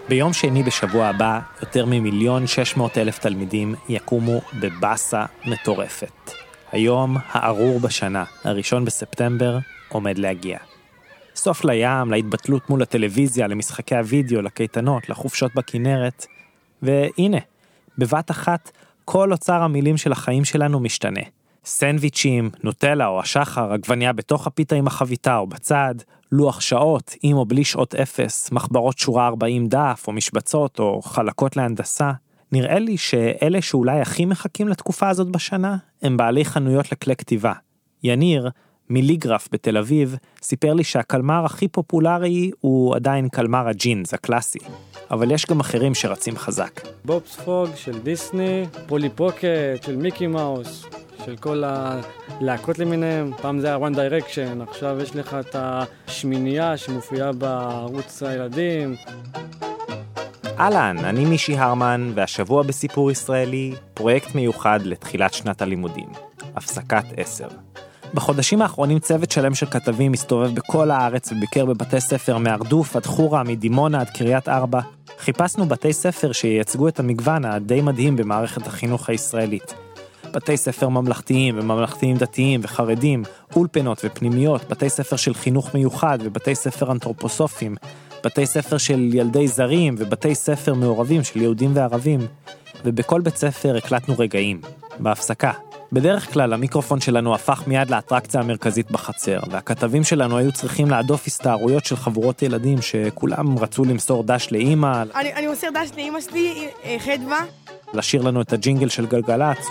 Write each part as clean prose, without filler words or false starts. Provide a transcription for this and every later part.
ביום שני בשבוע הבא, יותר מ1,600,000 תלמידים יקומו בבאסה מטורפת. היום הארור בשנה, 1 בספטמבר, עומד להגיע. סוף לים, להתבטלות מול הטלוויזיה, למשחקי הוידאו, לקייטנות, לחופשות בכנרת. והנה, בבת אחת, כל אוצר המילים של החיים שלנו משתנה. סנדוויצ'ים, נוטלה או השחר, עגבניה בתוך הפיתה עם החביתה או בצד, לוח שעות, עם או בלי שעות אפס, מחברות שורה 40 דף או משבצות או חלקות להנדסה. נראה לי שאלה שאולי הכי מחכים לתקופה הזאת בשנה, הם בעלי חנויות לכלי כתיבה. יניר, מיליגרף בתל אביב, סיפר לי שהקלמר הכי פופולרי הוא עדיין קלמר הג'ינס, הקלאסי. אבל יש גם אחרים שרצים חזק. בובס פוג של דיסני, פולי פוקט של מיקי מאוס, של כל הלהקות למיניהם. פעם זה היה One Direction, עכשיו יש לך את השמינייה שמופיעה בערוץ הילדים. אהלן, אני מישי הרמן, והשבוע בסיפור ישראלי, פרויקט מיוחד לתחילת שנת הלימודים. הפסקת 10. בחודשים האחרונים צוות שלם של כתבים מסתובב בכל הארץ וביקר בבתי ספר מארדוף עד חורה, מדימונה עד קריית ארבע. חיפשנו בתי ספר שייצגו את המגוון הדי מדהים במערכת החינוך הישראלית. בתי ספר ממלכתיים וממלכתיים דתיים וחרדים, אולפנות ופנימיות, בתי ספר של חינוך מיוחד ובתי ספר אנתרופוסופיים, בתי ספר של ילדי זרים ובתי ספר מעורבים של יהודים וערבים. ובכל בית ספר הקלטנו רגעים, בהפסקה. בדרך כלל המיקרופון שלנו הפך מיד לאטרקציה המרכזית בחצר, והכתבים שלנו היו צריכים לעדוף הסתערויות של חבורות ילדים שכולם רצו למסור דש לאמא. אני מוסר דש לאמא שלי, חדווה. לשיר לנו את הג'ינגל של גלגלץ.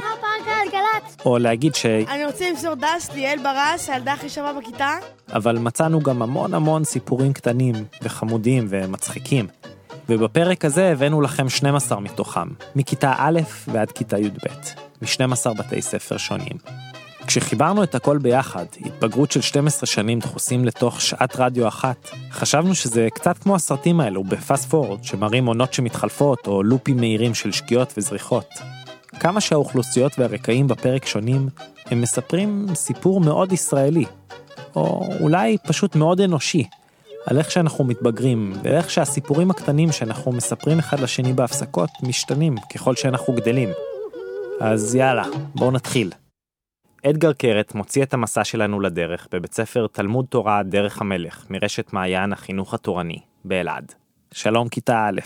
או להגיד אני רוצה למסור דש ליאל ברס, הילדה הכי שווה בכיתה. אבל מצאנו גם המון סיפורים קטנים וחמודים ומצחיקים. ובפרק הזה הבאנו לכם 12 מתוכם, מכיתה א' ועד כיתה י"ב, מ-12 בתי ספר שונים. כשחיברנו את הכל ביחד, התבגרות של 12 שנים דחוסים לתוך שעת רדיו אחת, חשבנו שזה קצת כמו הסרטים האלו בפאסט פורד, שמראים עונות שמתחלפות או לופים מהירים של שגיאות וזריחות. כמה שהאוכלוסיות והרקעים בפרק שונים, הם מספרים סיפור מאוד ישראלי, או אולי פשוט מאוד אנושי, על איך שאנחנו מתבגרים, ואיך שהסיפורים הקטנים שאנחנו מספרים אחד לשני בהפסקות משתנים ככל שאנחנו גדלים. אז יאללה, בואו נתחיל. אדגר קרת מוציא את המסע שלנו לדרך בבית ספר תלמוד תורה דרך המלך, מרשת מעיין החינוך התורני, באלעד. שלום כיתה א'.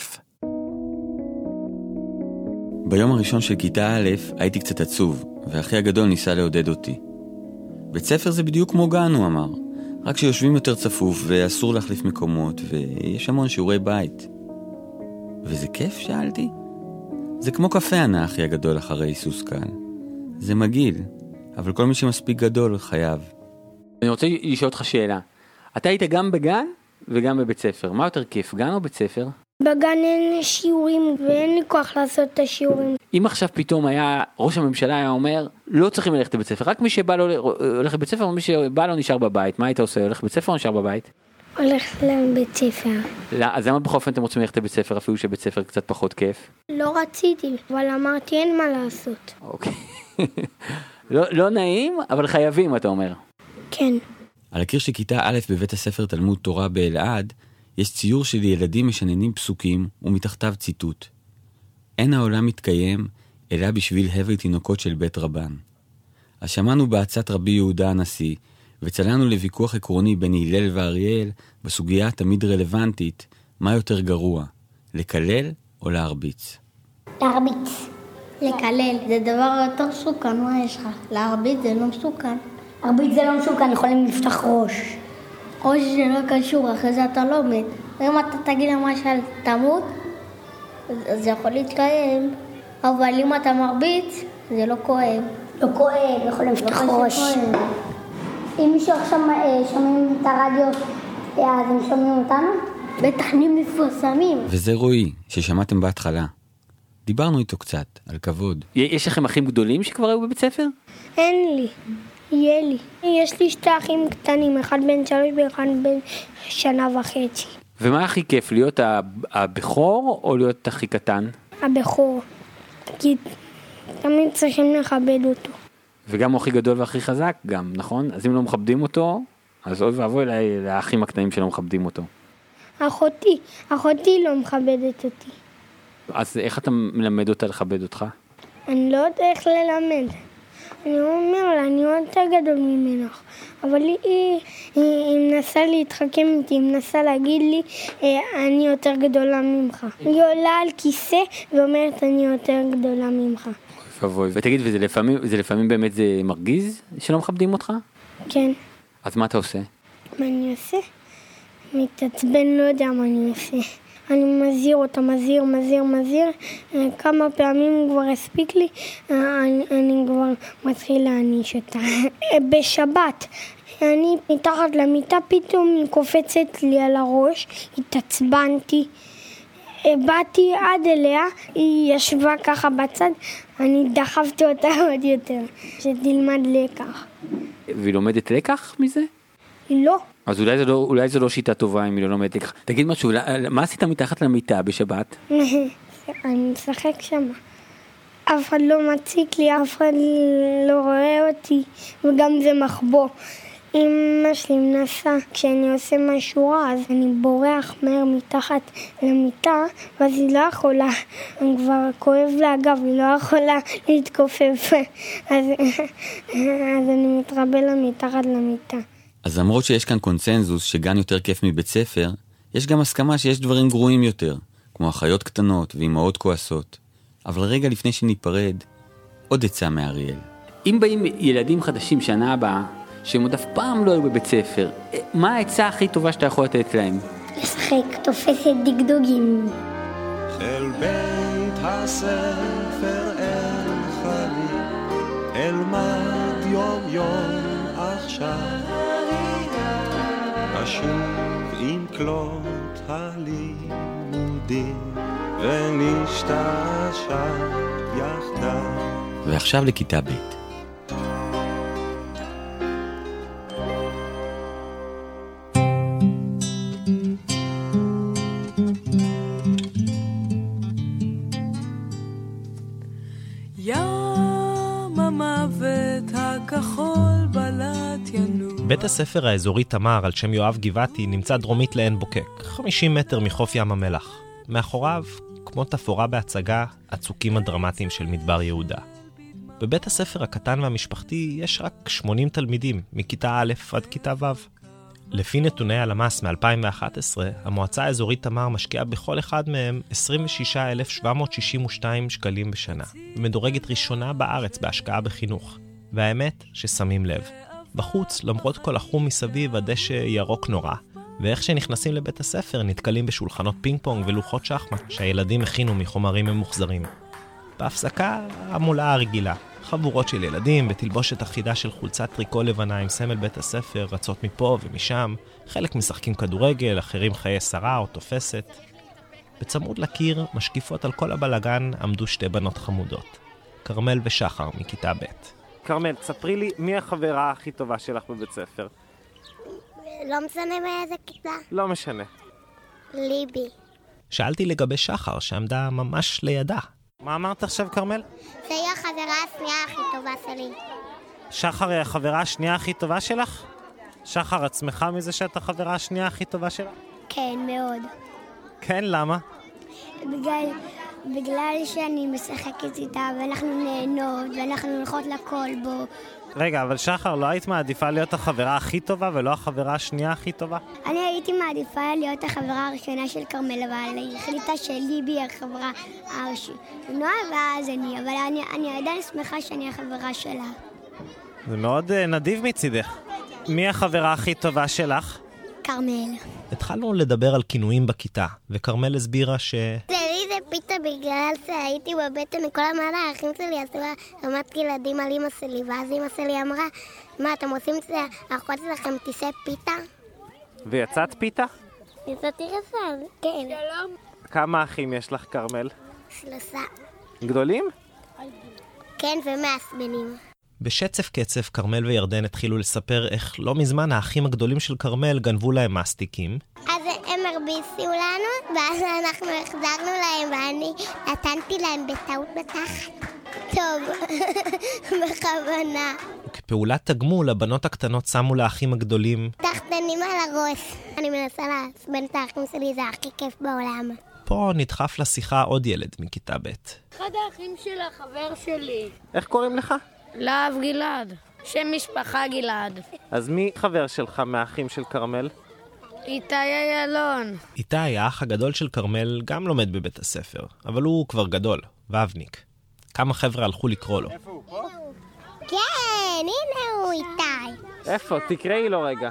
ביום הראשון של כיתה א' הייתי קצת עצוב, ואחי הגדול ניסה לעודד אותי. בית ספר זה בדיוק כמו גן, הוא אמר. רק שיושבים יותר צפוף ואסור להחליף מקומות, ויש המון שיעורי בית. וזה כיף, שאלתי? זה כמו קפה ענה, אחי הגדול אחרי היסוס קל. זה מגעיל, אבל כל מי שמספיק גדול חייב. אני רוצה לשאול אותך שאלה. אתה היית גם בגן וגם בבית ספר. מה יותר כיף, גן או בית ספר? בגן אין שיעורים ואין לי כוח לעשות את השיעורים. אם עכשיו פתאום ראש הממשלה היה אומר, לא צריכים ללכת לבית ספר, רק מי שבא לו הולך לבית ספר, ומי שבא לו נשאר בבית. מה היית עושה? הולך לבית ספר או נשאר בבית? הולך לבית ספר. לא, אז למה בכל אופן אתם רוצים ללכת לבית ספר, אפילו שבית ספר קצת פחות כיף? לא רציתי, אבל אמרתי אין מה לעשות. אוקיי. לא נעים, אבל חייבים, אתה אומר. כן. על הקיר של כיתה א' בבית הספר תלמוד תורה באלעד, יש ציור של ילדים משננים פסוקים ומתחתיו ציטוט. אין העולם מתקיים אלא בשביל הבל תינוקות של בית רבן. אז שמענו בעצת רבי יהודה הנשיא, וצלענו לוויכוח עקרוני בין הלל ואריאל בסוגיה תמיד רלוונטית, מה יותר גרוע, לקלל או להרביץ? להרביץ. לקלל, זה דבר יותר מסוכן, מה יש לך? להרביץ זה לא מסוכן. להרביץ זה לא מסוכן, יכולים לפתח ראש. ראש זה לא קשור, אחרי זה אתה לא מת. אם אתה תגיד למשל תמות, זה יכול להתקיים. אבל אם אתה מרביץ, זה לא כואב. לא כואב, יכולים לפתח ראש. אם מישהו עכשיו שומעים את הרדיו, אז הם שומעים אותנו? בתכנים מפורסמים. וזה רועי, ששמעתם בהתחלה. דיברנו איתו קצת, על כבוד. יש לכם אחים גדולים שכבר היו בבית ספר? אין לי. יהיה לי. יש לי 2 אחים קטנים, אחד בן 3 ואחד בן 1.5 שנה. ומה הכי כיף, להיות הבכור או להיות הכי קטן? הבכור. כי תמיד צריכים לכבד אותו. וגם הוא הכי גדול והכי חזק גם, נכון? אז אם לא מכבדים אותו, אז אוי ואבוי לאחים הקטנים שלא מכבדים אותו. אחותי לא מכבדת אותי. אז איך אתה מלמד אותה לכבד אותך? אני לא יודע איך ללמד. אני אומר לה, אני יותר גדול ממך. אבל היא מנסה להתחכם איתי, היא מנסה להגיד לי, אני יותר גדולה ממך. היא עולה על כיסא ואומרת, אני יותר גדולה ממך. ותגיד, וזה לפעמים באמת זה מרגיז שלא מכבדים אותך? כן. אז מה אתה עושה? מה אני עושה? מתעצבן, לא יודע מה אני עושה. אני מזהיר אותה, מזהיר. כמה פעמים כבר הספיק לי, אני כבר מתחיל להעניש אותה. בשבת, אני מתחת למיטה, פתאום היא קופצת לי על הראש, התעצבנתי. באתי עד אליה, היא ישבה ככה בצד, אני דחפתי אותה עוד יותר, שתלמד לקח. והיא לומדת לקח מזה? לא. אז אולי זו לא שיטה טובה אם היא לא לומדת לקח. תגיד משהו, מה עשית מתחת למיטה בשבת? אני משחק שם. אף אחד לא מציק לי, אף אחד לא רואה אותי, וגם זה מחבוא. אמא שלי מנסה, כשאני עושה משהו רע, אז אני בורח מהר מתחת למיטה, ואז היא לא יכולה, אני כבר כואב לה אגב, היא לא יכולה להתכופף, אז אני מתרבה לה מתחת למיטה. אז למרות שיש כאן קונצנזוס שגן יותר כיף מבית ספר, יש גם הסכמה שיש דברים גרועים יותר, כמו אחיות קטנות ואימהות כועסות. אבל רגע לפני שניפרד, עוד עצה מאריאל. אם באים ילדים חדשים שנה הבאה, שהם עוד אף פעם לא היו בבית ספר, מה העצה הכי טובה שאתה יכול לתת להם? לשחק, תופסת דגדוגים. אל בית הספר אל חלי, אלמד יום יום עכשיו, אשוב עם כלות הלימודים, ונשתעשע יחדיו. ועכשיו לכיתה ב'. בית הספר האזורי תמר על שם יואב גבעתי נמצא דרומית לעין בוקק, 50 מטר מחוף ים המלח. מאחוריו, כמו תפאורה בהצגה, הצוקים הדרמטיים של מדבר יהודה. בבית הספר הקטן והמשפחתי יש רק 80 תלמידים, מכיתה א' עד כיתה ו'. לפי נתוני הלמ"ס מ-2011, המועצה האזורית תמר משקיעה בכל אחד מהם 26,762 שקלים בשנה, ומדורגת ראשונה בארץ בהשקעה בחינוך. והאמת ששמים לב. בחוץ, למרות כל החום מסביב, הדשא ירוק נורא, ואיך שנכנסים לבית הספר נתקלים בשולחנות פינג פונג ולוחות שחמט שהילדים הכינו מחומרים ממוחזרים. בהפסקה, המולה הרגילה. חבורות של ילדים בתלבושת אחידה של חולצת טריקו לבנה עם סמל בית הספר, רצות מפה ומשם, חלק משחקים כדורגל, אחרים חיי שרה או תופסת. בצמוד לקיר, משקיפות על כל הבלגן, עמדו שתי בנות חמודות, קרמל ושחר מכיתה ב'. קרמל, תספרי לי מי החברה הכי טובה שלך בבית ספר? לא משנה מאיזה כיתה. לא משנה. ליבי. שאלתי לגבי שחר שעמדה ממש לידה. מה אמרת עכשיו, קרמל? זה היא החברה השנייה הכי טובה שלי. שחר היא החברה השנייה הכי טובה שלך? שחר, את שמחה מזה שאת החברה השנייה הכי טובה שלך? כן, מאוד. כן, למה? בגלל שאני משחקת איתה ואנחנו נהנות ואנחנו הולכות לכל בו. רגע, אבל שחר, לא היית מעדיפה להיות החברה הכי טובה ולא החברה השנייה הכי טובה? אני הייתי מעדיפה להיות החברה הראשונה של קרמל, אבל היא החליטה שליבי היא החברה הראשונה ואז אבל אני עדיין שמחה שאני החברה שלה. זה מאוד נדיב מצידך. מי החברה הכי טובה שלך? קרמל. התחלנו לדבר על כינויים בכיתה, וקרמל הסבירה זה פיתה בגלל שהייתי בבטן מכל המעלה, האחים שלי עשו רמת ילדים על אמא שלי, ואז אמא שלי אמרה, מה, אתם עושים את זה, האחות שלכם תיסה פיתה? ויצאת פיתה? יצאתי רסל, כן. כמה אחים יש לך, קרמל? 3. גדולים? כן, ומעצבנים. בשצף קצף קרמל וירדן התחילו לספר איך לא מזמן האחים הגדולים של קרמל גנבו להם מסטיקים. אז הם הרביצו לנו, ואז אנחנו החזרנו להם, ואני נתנתי להם בטעות בתחת. טוב, בכוונה. וכפעולת תגמול, הבנות הקטנות שמו לאחים הגדולים תחת תחתנים על הראש. אני מנסה לעצבן את האחים שלי, זה הכי כיף בעולם. פה נדחף לשיחה עוד ילד מכיתה ב'. אחד האחים של החבר שלי. איך קוראים לך? להב גלעד. שם משפחה גלעד. אז מי חבר שלך מהאחים של כרמל? איתי איילון. איתי, האח הגדול של כרמל, גם לומד בבית הספר, אבל הוא כבר גדול, ואבניק. כמה חבר'ה הלכו לקרוא לו. איפה הוא פה? כן, הנה הוא איתי. איפה? תקראי לו רגע.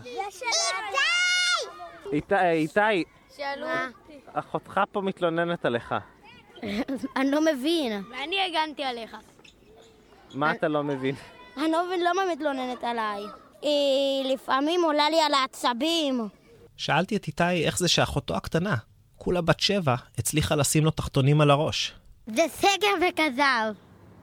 איתי! שאלו אחותך פה מתלוננת עליך. אני לא מבין. ואני הגנתי עליך. מה אתה לא מבין? אני לא מבין למה מתלוננת עליי. היא לפעמים עולה לי על העצבים. שאלתי את איתי איך זה שאחותו הקטנה, כולה בת 7, הצליחה לשים לו תחתונים על הראש. זה סגר וכזב.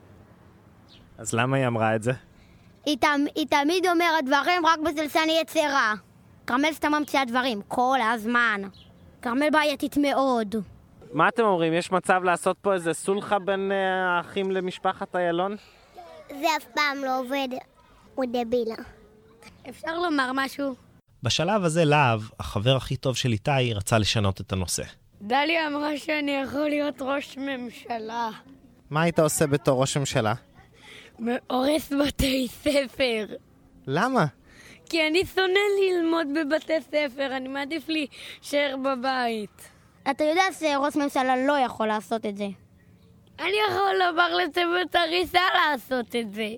אז למה היא אמרה את זה? היא תמיד אומרת דברים רק בסלסני יצרה. כרמל סתם ממציאה דברים, כל הזמן. כרמל בעייתית מאוד. מה אתם אומרים? יש מצב לעשות פה איזה סולחה בין האחים למשפחת איילון? זה אף פעם לא עובד. הוא דבילה. אפשר לומר משהו? בשלב הזה להב, החבר הכי טוב של איתי, רצה לשנות את הנושא. דליה אמרה שאני יכול להיות ראש ממשלה. מה היית עושה בתור ראש ממשלה? הורס בתי ספר. למה? כי אני שונא ללמוד בבתי ספר, אני מעדיף לי להישאר בבית. אתה יודע שראש ממשלה לא יכול לעשות את זה. אני יכול לומר לצוות הריסה לעשות את זה.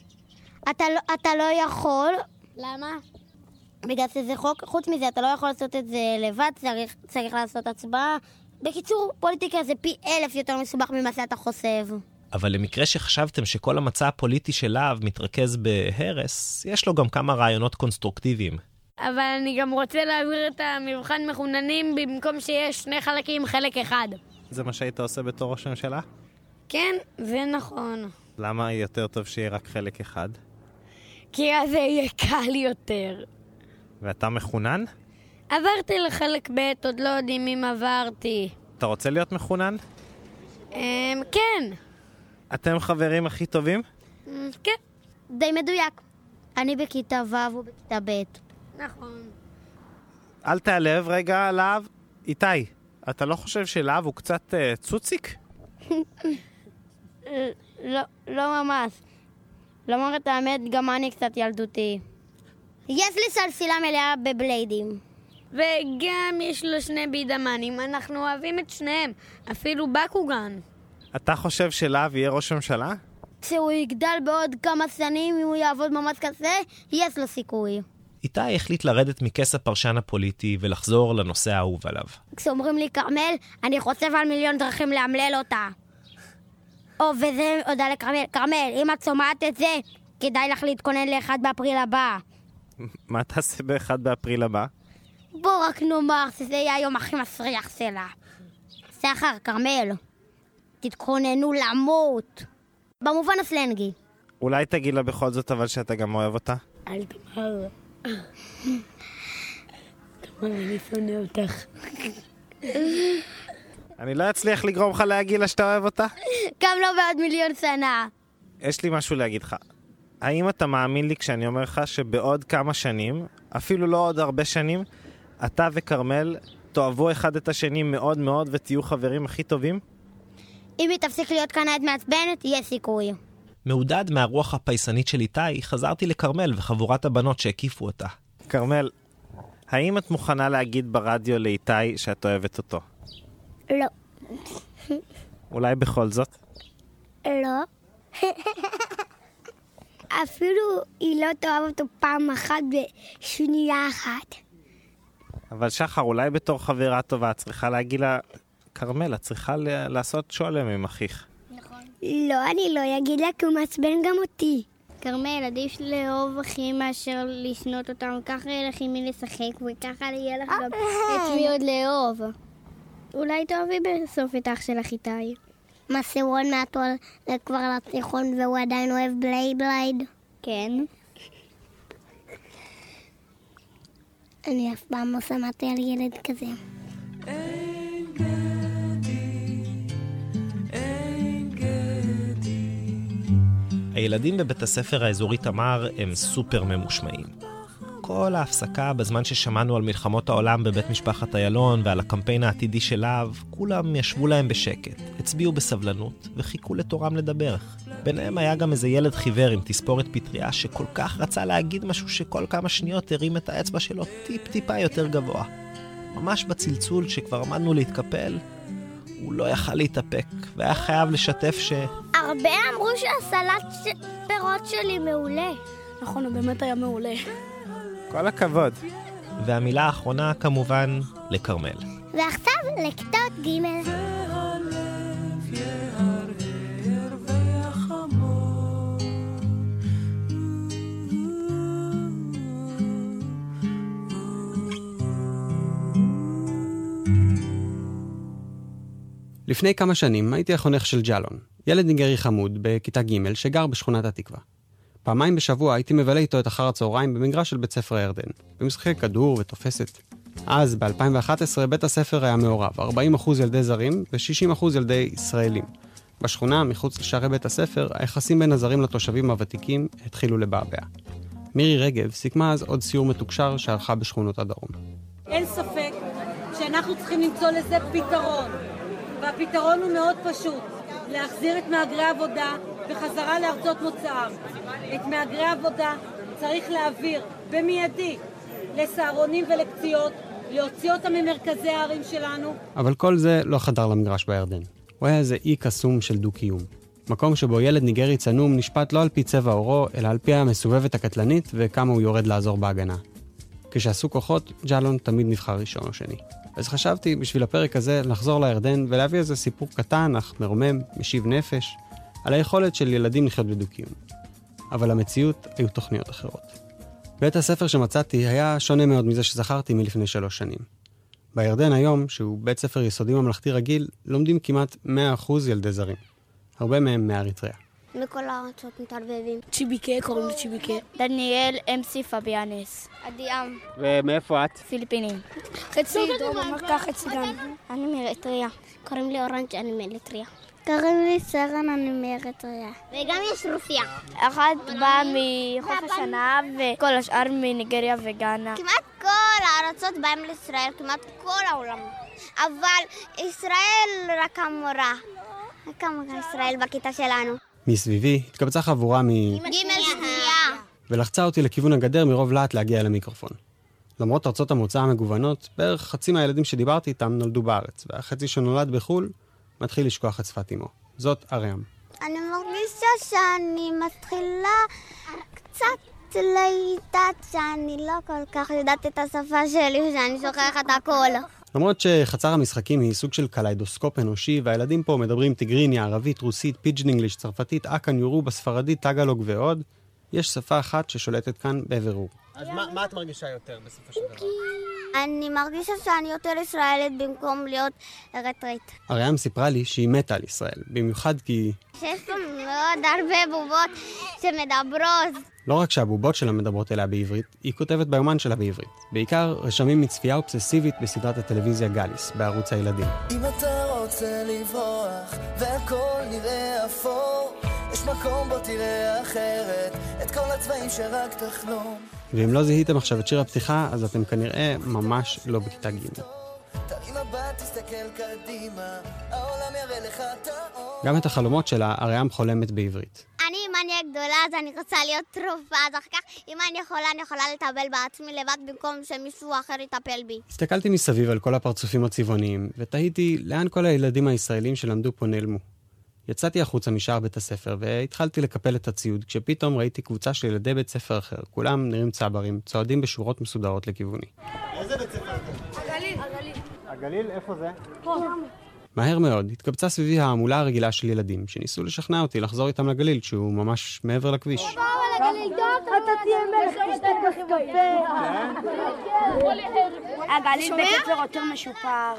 אתה לא יכול. למה? בגלל שזה חוק, חוץ מזה אתה לא יכול לעשות את זה לבד, צריך לעשות הצבעה. בקיצור, פוליטיקה זה פי 1000 יותר מסובך ממה שאתה חושב. אבל למקרה שחשבתם שכל המצע הפוליטי של להב מתרכז בהרס, יש לו גם כמה רעיונות קונסטרוקטיביים. אבל אני גם רוצה להעביר את המבחן מחוננים במקום שיש 2 חלקים, חלק אחד. זה מה שהיית עושה בתור ראש ממשלה? כן, זה נכון. למה יותר טוב שיהיה רק חלק אחד? כי אז זה יהיה קל יותר. ואתה מחונן? עברתי לחלק ב', עוד לא יודעים אם עברתי. אתה רוצה להיות מחונן? כן. אתם חברים הכי טובים? כן. די מדויק. אני בכיתה ו' ובכיתה ב'. נכון. אל תעלב רגע, להב. איתי, אתה לא חושב שלהב הוא קצת צוציק? לא ממש. לומר את האמת, גם אני קצת ילדותי. יש לי סלסילה מלאה בבליידים. וגם יש לו 2 בידמנים, אנחנו אוהבים את שניהם, אפילו בקוגן. אתה חושב שלהב יהיה ראש ממשלה? כשהוא יגדל בעוד כמה שנים, אם הוא יעבוד ממש כזה, יש לו סיכוי. איתי החליט לרדת מכס הפרשן הפוליטי ולחזור לנושא האהוב עליו. כשאומרים לי כרמל, אני חושב על מיליון דרכים להמלל אותה. וזה הודעה לכרמל. כרמל, אם את שומעת את זה, כדאי לך להתכונן ל1 באפריל הבא. מה תעשה ב1 באפריל הבא? בוא רק נאמר שזה יהיה היום הכי מסריח שלה. סחר, כרמל, תתכוננו למות. במובן הסלנגי. אולי תגיד לה בכל זאת אבל שאתה גם אוהב אותה? אל תאמר. תאמר, אני שונא אותך. אני לא אצליח לגרום לך להגיד לה שאתה אוהב אותה? גם לא בעוד מיליון שנה. יש לי משהו להגיד לך. האם אתה מאמין לי כשאני אומר לך שבעוד כמה שנים, אפילו לא עוד הרבה שנים, אתה וכרמל תאהבו אחד את השני מאוד מאוד ותהיו חברים הכי טובים? אם היא תפסיק להיות קנאית מעצבנת, יהיה סיכוי. מעודד מהרוח הפייסנית של איתי, חזרתי לכרמל וחבורת הבנות שהקיפו אותה. כרמל, האם את מוכנה להגיד ברדיו לאיתי שאת אוהבת אותו? לא. אולי בכל זאת? לא. אפילו היא לא תאהב אותו פעם אחת בשנייה אחת. אבל שחר, אולי בתור חברה טובה, את צריכה להגיד לה, כרמל, את צריכה לעשות שולם עם אחיך. נכון. לא, אני לא אגיד לה, כי הוא מעצבן גם אותי. כרמל, עדיף לאהוב אחים מאשר לשנות אותם, ככה יהיה לך עם מי לשחק, וככה יהיה לך גם את מי עוד לאהוב. אולי תאהבי בסוף את אח שלך איתי. מה סירון מעט כבר לתיכון והוא עדיין אוהב בלייד? כן. אני אף פעם לא שמעתי על ילד כזה. הילדים בבית הספר האזורי תמר הם סופר ממושמעים. כל ההפסקה בזמן ששמענו על מלחמות העולם בבית משפחת איילון ועל הקמפיין העתידי של להב, כולם ישבו להם בשקט, הצביעו בסבלנות וחיכו לתורם לדבר. ביניהם היה גם איזה ילד חיוור עם תספורת פטריה שכל כך רצה להגיד משהו שכל כמה שניות הרים את האצבע שלו טיפה יותר גבוה. ממש בצלצול שכבר עמדנו להתקפל, הוא לא יכל להתאפק והיה חייב לשתף הרבה אמרו שהסלט פירות שלי מעולה. נכון, הוא באמת היה מעולה. כל הכבוד. והמילה האחרונה כמובן לקרמל. ועכשיו לכיתות ג'. לפני כמה שנים הייתי החונך של ג'לון, ילד ניגרי חמוד בכיתה ג' שגר בשכונת התקווה. פעמיים בשבוע הייתי מבלה איתו את אחר הצהריים במגרש של בית ספר הירדן, במשחקי כדור ותופסת. אז ב-2011 בית הספר היה מעורב, 40% ילדי זרים ו-60% ילדי ישראלים. בשכונה, מחוץ לשערי בית הספר, היחסים בין הזרים לתושבים הוותיקים התחילו לבעבע. מירי רגב סיכמה אז עוד סיור מתוקשר שערכה בשכונות הדרום. אין ספק שאנחנו צריכים למצוא לזה פתרון. והפתרון הוא מאוד פשוט, להחזיר את מהגרי עבודה בחזרה לארצות מוצאם. את מהגרי עבודה צריך להעביר במיידי לסהרונים ולקציות, להוציא אותם ממרכזי הערים שלנו. אבל כל זה לא חדר למגרש בירדן. הוא היה איזה אי קסום של דו-קיום. מקום שבו ילד ניגרי צנום נשפט לא על פי צבע עורו, אלא על פי המסובבת הקטלנית וכמה הוא יורד לעזור בהגנה. כשעשו כוחות, ג'לון תמיד נבחר ראשון או שני. אז חשבתי בשביל הפרק הזה לחזור לירדן ולהביא איזה סיפור קטן אך מרומם, משיב נפש, על היכולת של ילדים לחיות בדו-קיום. אבל המציאות היו תוכניות אחרות. בית הספר שמצאתי היה שונה מאוד מזה שזכרתי מלפני 3 שנים. בירדן היום, שהוא בית ספר יסודי ממלכתי רגיל, לומדים כמעט 100% ילדי זרים. הרבה מהם מאריתריאה. מכל הארצות מתערבבים. צ'יביקה, קוראים לצ'יביקה. דניאל אמסי פביאנס. עדיאם. ומאיפה את? פיליפינים. חצי דרום אמריקה, חצי גם. אני מאריתריאה. קוראים לי אורנג', אני מאריתריאה. קוראים לי סרן, אני מאריתריאה. וגם יש רוסיה. אחד בא מחוף השנה וכל השאר מניגריה וגאנה. כמעט כל הארצות באים לישראל, כמעט כל העולם. אבל ישראל רק המורה. רק המורה ישראל בכיתה שלנו. מסביבי התקבצה חבורה ג' שנייה. ולחצה אותי לכיוון הגדר מרוב לאט להגיע למיקרופון. למרות ארצות המוצא המגוונות, בערך חצי מהילדים שדיברתי איתם נולדו בארץ, והחצי שנולד בחול מתחיל לשכוח את שפת אמו. זאת אריאם. אני מרגישה שאני מתחילה קצת לדעת שאני לא כל כך יודעת את השפה שלי ושאני שוכחת הכל. למרות שחצר המשחקים היא סוג של קליידוסקופ אנושי, והילדים פה מדברים תיגריניה, ערבית, רוסית, פיג'ן אנגליש, צרפתית, אקן, יורו, ספרדית, טגלוג ועוד, יש שפה אחת ששולטת כאן בבירור. אז מה את מרגישה יותר בסופו של דבר? אני מרגישה שאני יותר ישראלית במקום להיות אריתראית. אריאם סיפרה לי שהיא מתה על ישראל, במיוחד כי שיש פה מאוד הרבה בובות שמדברות. לא רק שהבובות שלה מדברות אליה בעברית, היא כותבת ביומן שלה בעברית. בעיקר רשמים מצפייה אובססיבית בסדרת הטלוויזיה גליס, בערוץ הילדים. אם אתה רוצה לברוח והכל נראה אפור, יש מקום בו תראה אחרת את כל הצבעים שרק תחלום. ואם לא זיהיתם עכשיו את שיר הפתיחה, אז אתם כנראה ממש לא בכיתה ג'. תרים מבט, תסתכל קדימה, העולם יראה לך את האור. גם את החלומות שלה אריאם חולמת בעברית. אם אני גדולה אז אני רוצה להיות תרופה, אז אחר כך אם אני יכולה לטפל בעצמי לבד במקום שמישהו אחר יטפל בי. הסתכלתי מסביב על כל הפרצופים הצבעוניים, ותהיתי לאן כל הילדים הישראלים שלמדו פה נעלמו. יצאתי החוצה משער בית הספר והתחלתי לקפל את הציוד, כשפתאום ראיתי קבוצה של ילדי בית ספר אחר, כולם נראים צברים, צועדים בשורות מסודרות לכיווני. איזה בית ספר? הגליל. הגליל, איפה זה? פה. מהר מאוד התקבצה סביבי העמולה הרגילה של ילדים, שניסו לשכנע אותי לחזור איתם לגליל, שהוא ממש מעבר לכביש. אתה תהיה מלך, תשתה קפה. הגליל בית ספר יותר משופר.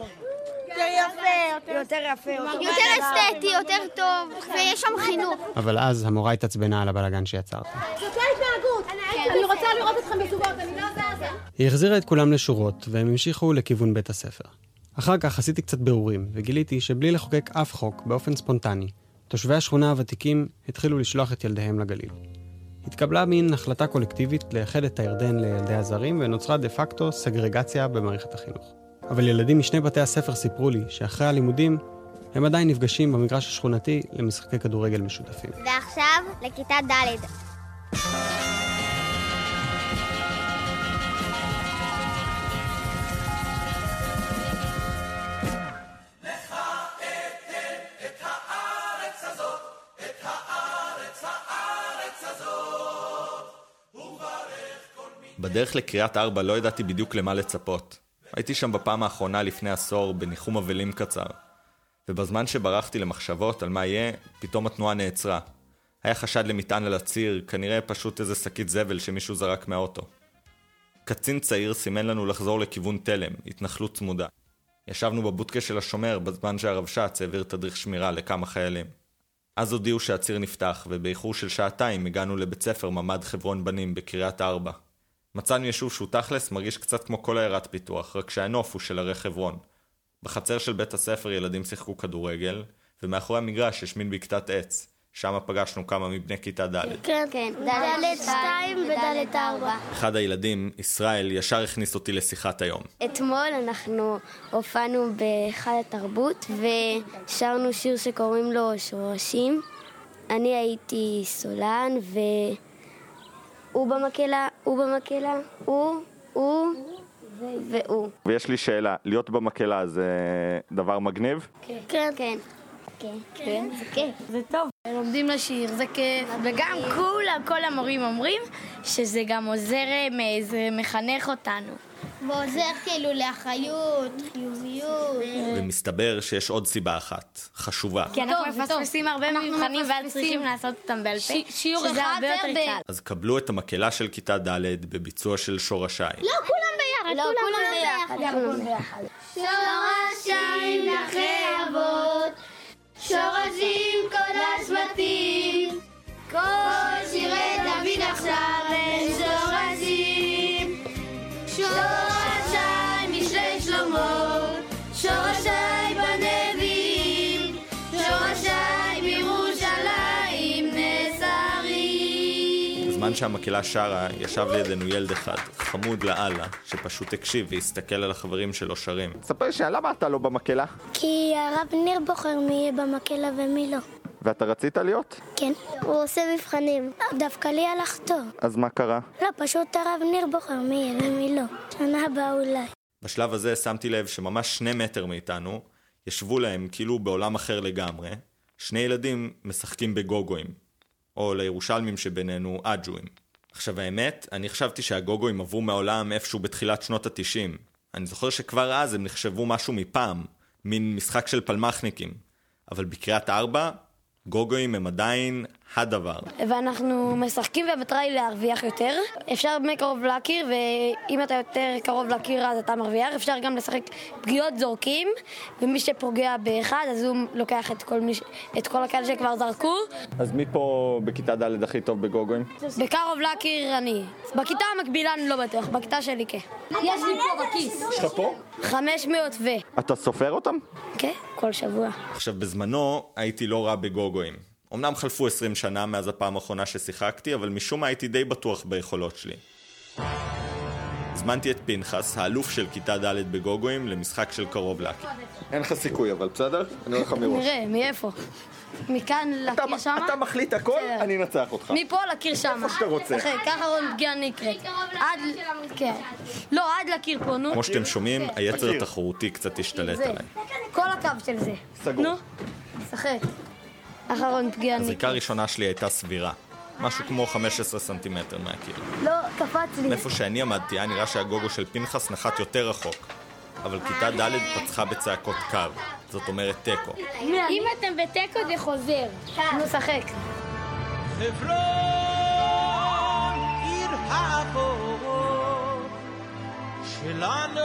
יותר יפה. יותר אסתטי, יותר טוב, ויש שם חינוך. אבל אז המורה התעצבנה על הבלגן שיצרתי. זאת לא התנהגות. אני רוצה לראות אתכם בזוגות, אני לא זזה. היא החזירה את כולם לשורות, והם המשיכו לכיוון בית הספר. אחר כך עשיתי קצת בירורים, וגיליתי שבלי לחוקק אף חוק באופן ספונטני, תושבי השכונה הוותיקים התחילו לשלוח את ילדיהם לגליל. התקבלה מין החלטה קולקטיבית לייחד את הירדן לילדי הזרים, ונוצרה דה פקטו סגרגציה במערכת החינוך. אבל ילדים משני בתי הספר סיפרו לי שאחרי הלימודים הם עדיין נפגשים במגרש השכונתי למשחקי כדורגל משותפים. ועכשיו לכיתה ד'. בדרך לקריית 4 לא ידעתי בדיוק למה לצפות. הייתי שם בפעם האחרונה לפני עשור בניחום אבלים קצר. ובזמן שברחתי למחשבות על מה יהיה, פתאום התנועה נעצרה. היה חשד למטען על הציר, כנראה פשוט איזה שקית זבל שמישהו זרק מהאוטו. קצין צעיר סימן לנו לחזור לכיוון תלם, התנחלות צמודה. ישבנו בבודקה של השומר בזמן שהרבש"ץ העביר תדריך שמירה לכמה חיילים. אז הודיעו שהציר נפתח, ובאיחור של שעתיים הגענו לבית ספר ממד חברון בנים בקריית 4. מצאנו יישוב שהוא תכלס מרגיש קצת כמו כל עיירת פיתוח, רק שהנוף הוא של ערי חברון. בחצר של בית הספר ילדים שיחקו כדורגל, ומאחורי המגרש יש מין בקתת עץ. שם פגשנו כמה מבני כיתה ד'. כן, ד' 2 וד' 4. אחד הילדים, ישראל, ישר הכניס אותי לשיחת היום. אתמול אנחנו הופענו בהיכל התרבות, ושרנו שיר שקוראים לו שורשים. אני הייתי סולן, הוא במקהלה, הוא והוא. ויש לי שאלה, להיות במקהלה זה דבר מגניב? כן. כן, זה כיף. זה טוב. לומדים לשיר, זה כיף. וגם כל המורים אומרים שזה גם עוזר, זה מחנך אותנו. ועוזר כאילו לאחריות, חיוביות. ומסתבר שיש עוד סיבה אחת, חשובה. כי אנחנו מפספסים הרבה מבחנים ואז צריכים לעשות אותם בעל פה. שיעור אחד יותר קל. אז קבלו את המקהלה של כיתה ד' בביצוע של שורשי. לא, כולם ביחד. שורשיים אחרי אבות, שורשים כל השבטים, כל שירי דוד עכשיו הם שורשים. שורשיים משלי שלמה, שורשיים בנביאים, שורשיים בירושלים נסרים. בזמן שהמקהלה שרה, ישב לידינו ילד אחד, חמוד לאללה, שפשוט הקשיב והסתכל על החברים שלו שרים. ספר למה אתה לא במקהלה? כי הרב ניר בוחר מי יהיה במקהלה ומי לא. ואתה רצית להיות? כן, הוא עושה מבחנים. דווקא לי הלך טוב. אז מה קרה? לא, פשוט הרב ניר בוחר מי יהיה ומי לא. שנה הבאה אולי. בשלב הזה שמתי לב שממש 2 מטר מאיתנו, ישבו להם כאילו בעולם אחר לגמרי, 2 ילדים משחקים בגוגויים, או לירושלמים שבינינו אג'ויים. עכשיו האמת, אני חשבתי שהגוגויים עברו מהעולם איפשהו בתחילת שנות ה-90. אני זוכר שכבר אז הם נחשבו משהו מפעם, מין משחק של פלמחניקים. אבל בקריית 4, גוגויים הם עדיין הדבר. ואנחנו משחקים והמטרה היא להרוויח יותר. אפשר מקרוב להכיר, ואם אתה יותר קרוב להכיר אז אתה מרוויח. אפשר גם לשחק פגיעות זורקים, ומי שפוגע באחד אז הוא לוקח את כל הקהל שכבר זרקו. אז מי פה בכיתה ד' הכי טוב בגוגויים? בקרוב להכיר אני. בכיתה המקבילה אני לא בטוח, בכיתה שלי כן. יש לי פה בכיס. יש לך פה? 500 ו... אתה סופר אותם? כן, כל שבוע. עכשיו בזמנו הייתי לא רע בגוגויים. אמנם חלפו 20 שנה מאז הפעם האחרונה ששיחקתי, אבל משום מה הייתי די בטוח ביכולות שלי. הזמנתי את פנחס, האלוף של כיתה ד' בגוגויים, למשחק של קרוב להכיר. אין לך סיכוי, אבל בסדר? אני הולך מראש. נראה, מאיפה? מכאן לקיר שמה? אתה מחליט הכל, אני אנצח אותך. מפה לקיר שמה. איפה שאתה רוצה. ככה רון פגיעה נקראת. עד לקיר פה, נו. כמו שאתם שומעים, היצר התחרותי קצת השתלט עליי. כל הקו של זה. סגור. נו, שחק. אחרון פגיעה נקראת. הזריקה הראשונה שלי הייתה סבירה. משהו כמו 15 סנטימטר מהקיר. לא, קפץ לי. מאיפה שאני עמדתי, היה נראה שהגוגו של פנחס נחת יותר רחוק. אבל כיתה ד' פצחה בצעקות קו. זאת אומרת טקו. אם אתם בטקו זה חוזר. נו, שחק. חברון, עיר האבות שלנו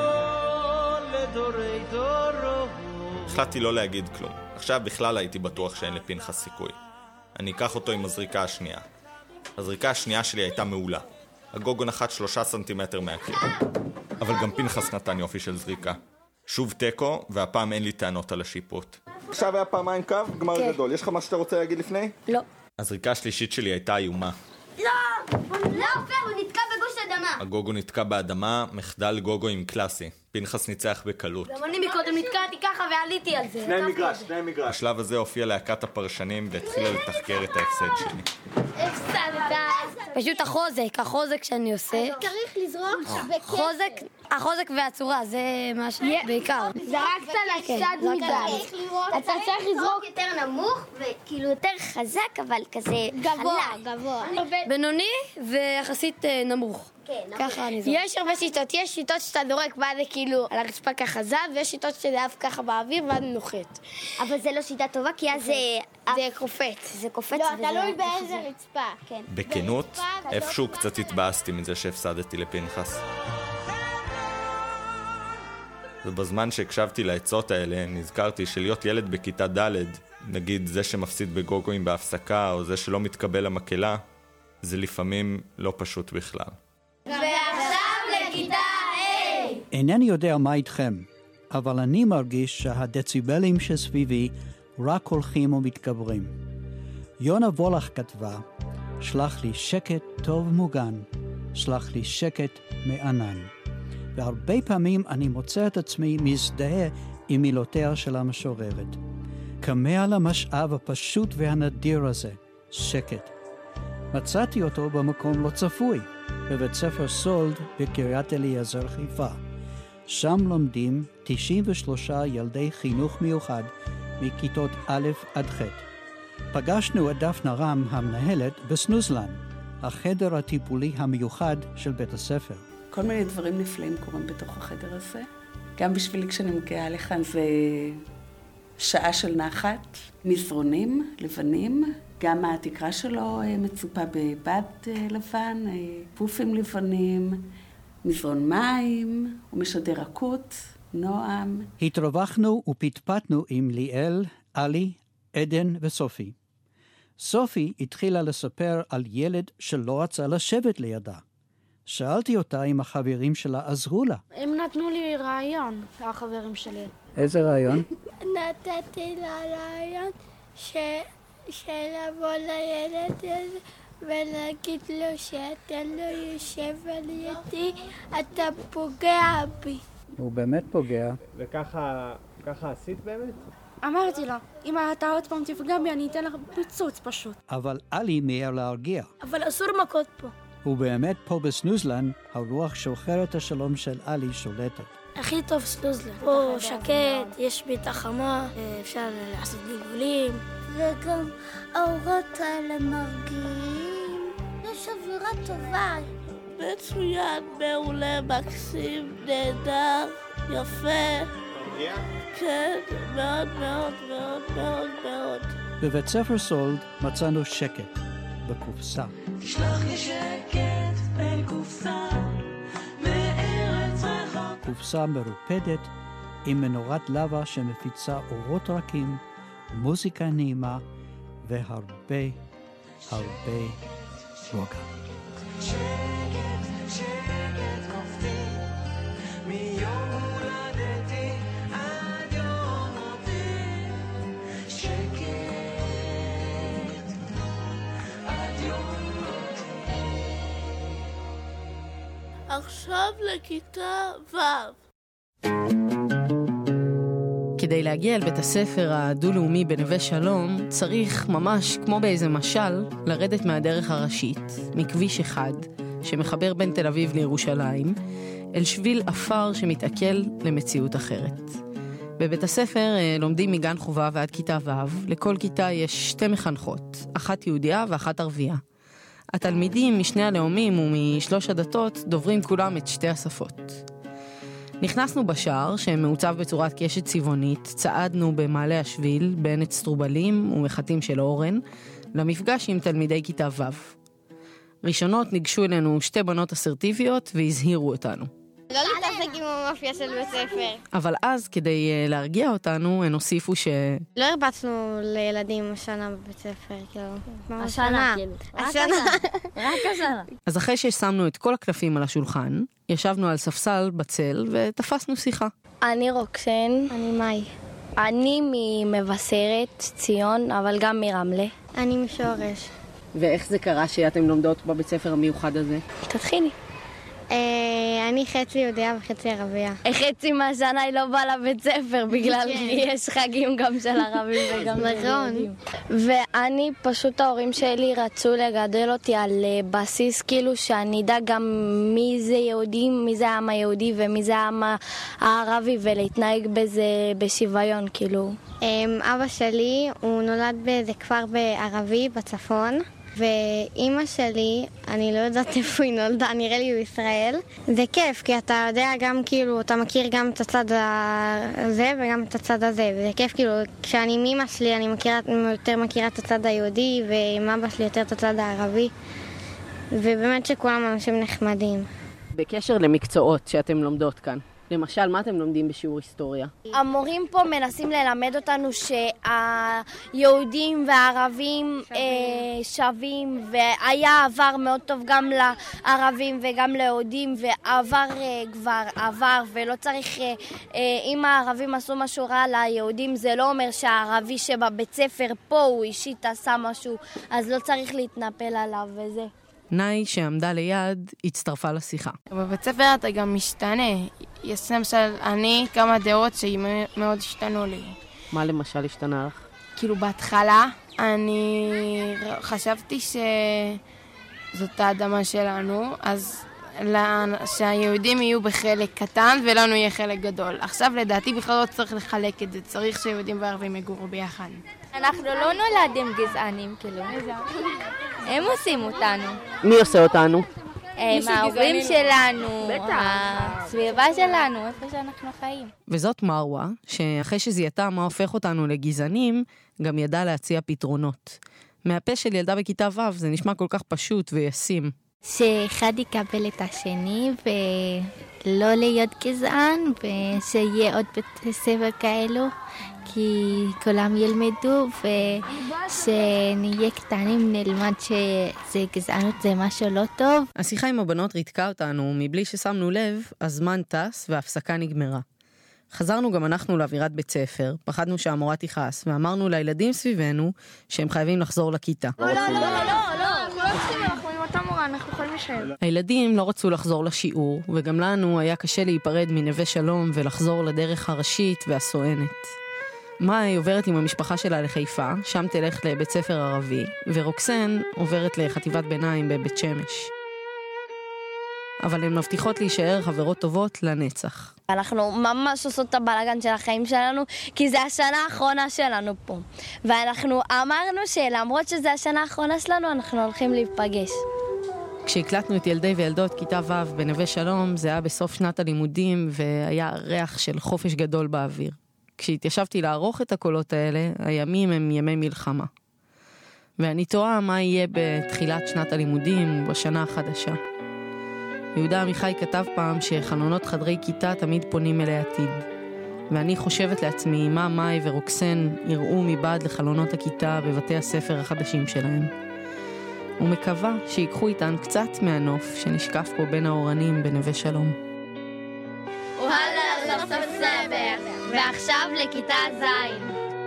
לדורי דורות. החלטתי לא להגיד כלום. עכשיו בכלל הייתי בטוח שאין לפנחס סיכוי. אני אקח אותו עם הזריקה השנייה. הזריקה השנייה שלי הייתה מעולה. הגוגו נחת 3 סנטימטר מהקיר. אבל גם פנחס נתן יופי של זריקה. שוב טקו, והפעם אין לי טענות על השיפוט. עכשיו היה פעמיים קו, גמר גדול. יש לך מה שאתה רוצה להגיד לפני? לא. הזריקה השלישית שלי הייתה איומה. לא, הוא נתקע בגוש אדמה. הגוגו נתקע באדמה, מחדל גוגו עם קלאסי. פנחס ניצח בקלות. גם אני מקודם נתקעתי ככה ועליתי על זה. שני מגרש. בשלב הזה הופיעה להקת הפרשנים והתחילה לתחקר את ההפסד שלי. הפסדת. פשוט החוזק שאני עושה. צריך לזרוק החוזק והצורה, זה מה בעיקר. זרקת לצד מדי. אתה צריך לזרוק יותר נמוך וכאילו יותר חזק, אבל כזה גבוה. בינוני ויחסית נמוך. ככה אני זורק. יש הרבה שיטות. יש שיטות שאתה זורק ואז זה כאילו על הרצפה ככה זז, ויש שיטות שזה עף ככה באוויר ואז נוחת. אבל זה לא שיטה טובה, כי אז זה קופץ. זה קופץ. לא, תלוי באיזה רצפה. בכנות, איפשהו קצת התבאסתי מזה שהפסדתי לפנחס. ובזמן שהקשבתי לעצות האלה, נזכרתי שלהיות ילד בכיתה ד', נגיד זה שמפסיד בגוגויים בהפסקה, או זה שלא מתקבל למקהלה, זה לפעמים לא פשוט בכלל. ועכשיו לכיתה A. אינני יודע מה איתכם, אבל אני מרגיש שהדציבלים שסביבי רק הולכים ומתגברים. יונה וולך כתבה, שלח לי שקט טוב מוגן, שלח לי שקט מענן. והרבה פעמים אני מוצא את עצמי מזדהה עם מילותיה של המשוררת. כמה על המשאב הפשוט והנדיר הזה, שקט. מצאתי אותו במקום לא צפוי, בבית ספר סולד בקריית אליעזר חיפה. שם לומדים 93 ילדי חינוך מיוחד מכיתות א' עד ח'. פגשנו את דפנה רם, המנהלת, בסנוזלן, החדר הטיפולי המיוחד של בית הספר. כל מיני דברים נפלאים קורים בתוך החדר הזה. גם בשבילי כשאני מגיעה לכאן זה שעה של נחת, מזרונים לבנים, גם התקרה שלו מצופה בבד לבן, פופים לבנים, מזרון מים, הוא משדר רכות, נועם. התרווחנו ופטפטנו עם ליאל, אלי, עדן וסופי. סופי התחילה לספר על ילד שלא רצה לשבת לידה. שאלתי אותה אם החברים שלה עזרו לה. הם נתנו לי רעיון, החברים שלי. איזה רעיון? נתתי לה רעיון שלבוא לילד הזה ולהגיד לו שאתה לא יושב על ידי, אתה פוגע בי. הוא באמת פוגע. וככה עשית באמת? אמרתי לה, אם אתה עוד פעם תפגע בי, אני אתן לך פיצוץ פשוט. אבל אלי מיהר להרגיע. אבל אסור מכות פה. ובאמת פה בסנוזלן, הרוח שוחרת השלום של אלי שולטת. הכי טוב סנוזלן. פה שקט, יש ביתה חמה, אפשר לעשות גלגולים. וגם האורות האלה מרגיעים. יש אווירה טובה. מצוין, מעולה, מקסים, נהדר, יפה. מרגיע? כן, מאוד מאוד מאוד מאוד מאוד. בבית ספר סולד מצאנו שקט בקופסה. תשלח לי שקט בין קופסה מארץ רחוק. קופסה מרופדת עם מנורת לבה שמפיצה אורות רכים, מוזיקה נעימה והרבה הרבה רוגע. שקט, שקט קופתי מיום הולדתי עד יום מותי. שקט עד יום מותי. עכשיו לכיתה ו'. כדי להגיע אל בית הספר הדו-לאומי בנווה שלום, צריך ממש כמו באיזה משל לרדת מהדרך הראשית, מכביש אחד שמחבר בין תל אביב לירושלים, אל שביל אפר שמתעכל למציאות אחרת. בבית הספר לומדים מגן חובה ועד כיתה ו', לכל כיתה יש 2 מחנכות, אחת יהודיה ואחת ערבייה. התלמידים משני הלאומים ומשלוש הדתות דוברים כולם את 2 השפות. נכנסנו בשער שמעוצב בצורת קשת צבעונית, צעדנו במעלה השביל בין אצטרובלים ומחטים של אורן, למפגש עם תלמידי כיתה ו'. ראשונות ניגשו אלינו 2 בנות אסרטיביות והזהירו אותנו. לא להתעסק עם המאפיה של בית ספר. אבל אז, כדי להרגיע אותנו, הן הוסיפו לא הרבצנו לילדים השנה בבית ספר, כאילו. השנה, כאילו. רק השנה. אז אחרי ששמנו את כל הקלפים על השולחן, ישבנו על ספסל בצל ותפסנו שיחה. אני רוקסן. אני מאי. אני ממבשרת, ציון, אבל גם מרמלה. אני משורש. ואיך זה קרה שאתם לומדות בבית ספר המיוחד הזה? תתחילי. אני חצי יהודיה וחצי ערבייה. חצי מהשנה היא לא באה לבית ספר בגלל יש חגים גם של ערבים וגם של יהודים. ואני פשוט ההורים שלי רצו לגדל אותי על בסיס כאילו שאני אדע גם מי זה יהודים, מי זה העם היהודי ומי זה העם הערבי ולהתנהג בזה בשוויון כאילו. אבא שלי הוא נולד באיזה כפר בערבי בצפון. ואימא שלי, אני לא יודעת איפה היא נולדה, נראה לי בישראל. זה כיף, כי אתה יודע גם כאילו, אתה מכיר גם את הצד הזה וגם את הצד הזה. וזה כיף כאילו, כשאני עם אימא שלי, אני יותר מכירה את הצד היהודי, ועם אבא שלי יותר את הצד הערבי. ובאמת שכולם אנשים נחמדים. בקשר למקצועות שאתם לומדות כאן, למשל, מה אתם לומדים בשיעור היסטוריה? המורים פה מנסים ללמד אותנו שהיהודים והערבים שווים, והיה עבר מאוד טוב גם לערבים וגם ליהודים, ועבר כבר עבר, ולא צריך, אם הערבים עשו משהו רע ליהודים, זה לא אומר שהערבי שבבית ספר פה הוא אישית עשה משהו, אז לא צריך להתנפל עליו וזה. נאי, שעמדה ליד, הצטרפה לשיחה. בבית ספר אתה גם משתנה. יש למשל, אני כמה דעות שמאוד השתנו לי. מה למשל השתנה לך? כאילו בהתחלה, אני חשבתי שזאת האדמה שלנו, אז שהיהודים יהיו בחלק קטן ולנו יהיה חלק גדול. עכשיו לדעתי בכלל לא צריך לחלק את זה, צריך שיהודים וערבים יגורו ביחד. אנחנו לא נולדים גזענים, כאילו. הם עושים אותנו. מי עושה אותנו? ההורים שלנו, הסביבה שלנו, איפה שאנחנו חיים. וזאת מרווה, שאחרי שזיהתה מה הופך אותנו לגזענים, גם ידעה להציע פתרונות. מהפה של ילדה בכיתה ו' זה נשמע כל כך פשוט וישים. שאחד יקבל את השני ולא להיות גזען, ושיהיה עוד בית ספר כאלו, כי כולם ילמדו ושנהיה קטנים נלמד שזה גזענות זה משהו לא טוב. השיחה עם הבנות ריתקה אותנו מבלי ששמנו לב, הזמן טס וההפסקה נגמרה. חזרנו גם אנחנו לאווירת בית ספר, פחדנו שהמורה תכעס ואמרנו לילדים סביבנו שהם חייבים לחזור לכיתה. לא, אנחנו לא צריכים, אנחנו עם אותה מורה, אנחנו יכולים לשאול. הילדים לא רצו לחזור לשיעור, וגם לנו היה קשה להיפרד מנווה שלום ולחזור לדרך הראשית והסואנת. מאי עוברת עם המשפחה שלה לחיפה, שם תלך לבית ספר ערבי, ורוקסן עוברת לחטיבת ביניים בבית שמש. אבל הן מבטיחות להישאר חברות טובות לנצח. אנחנו ממש עושות את הבלגן של החיים שלנו, כי זה השנה האחרונה שלנו פה. ואנחנו אמרנו שלמרות שזה השנה האחרונה שלנו, אנחנו הולכים להיפגש. כשהקלטנו את ילדי וילדות כיתה ו' בנווה שלום, זה היה בסוף שנת הלימודים, והיה ריח של חופש גדול באוויר. כשהתיישבתי לערוך את הקולות האלה, הימים הם ימי מלחמה. ואני תוהה מה יהיה בתחילת שנת הלימודים בשנה החדשה. יהודה עמיחי כתב פעם שחלונות חדרי כיתה תמיד פונים אלי עתיד. ואני חושבת לעצמי מה מאי ורוקסן יראו מבעד לחלונות הכיתה בבתי הספר החדשים שלהם. ומקווה שיקחו איתן קצת מהנוף שנשקף פה בין האורנים בנווה שלום. וואלה, סוף סוף ספר, ועכשיו לכיתה ז'.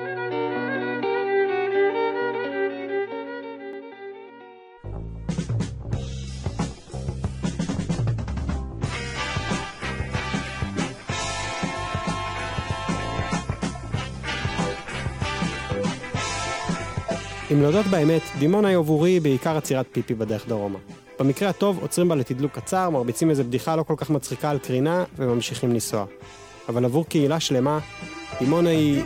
אם להודות באמת, דימונה היא עבורי בעיקר עצירת פיפי בדרך דרומה. במקרה הטוב עוצרים בה לתדלוק קצר, מרביצים איזה בדיחה לא כל כך מצחיקה על קרינה וממשיכים לנסוע. אבל עבור קהילה שלמה, דימונה היא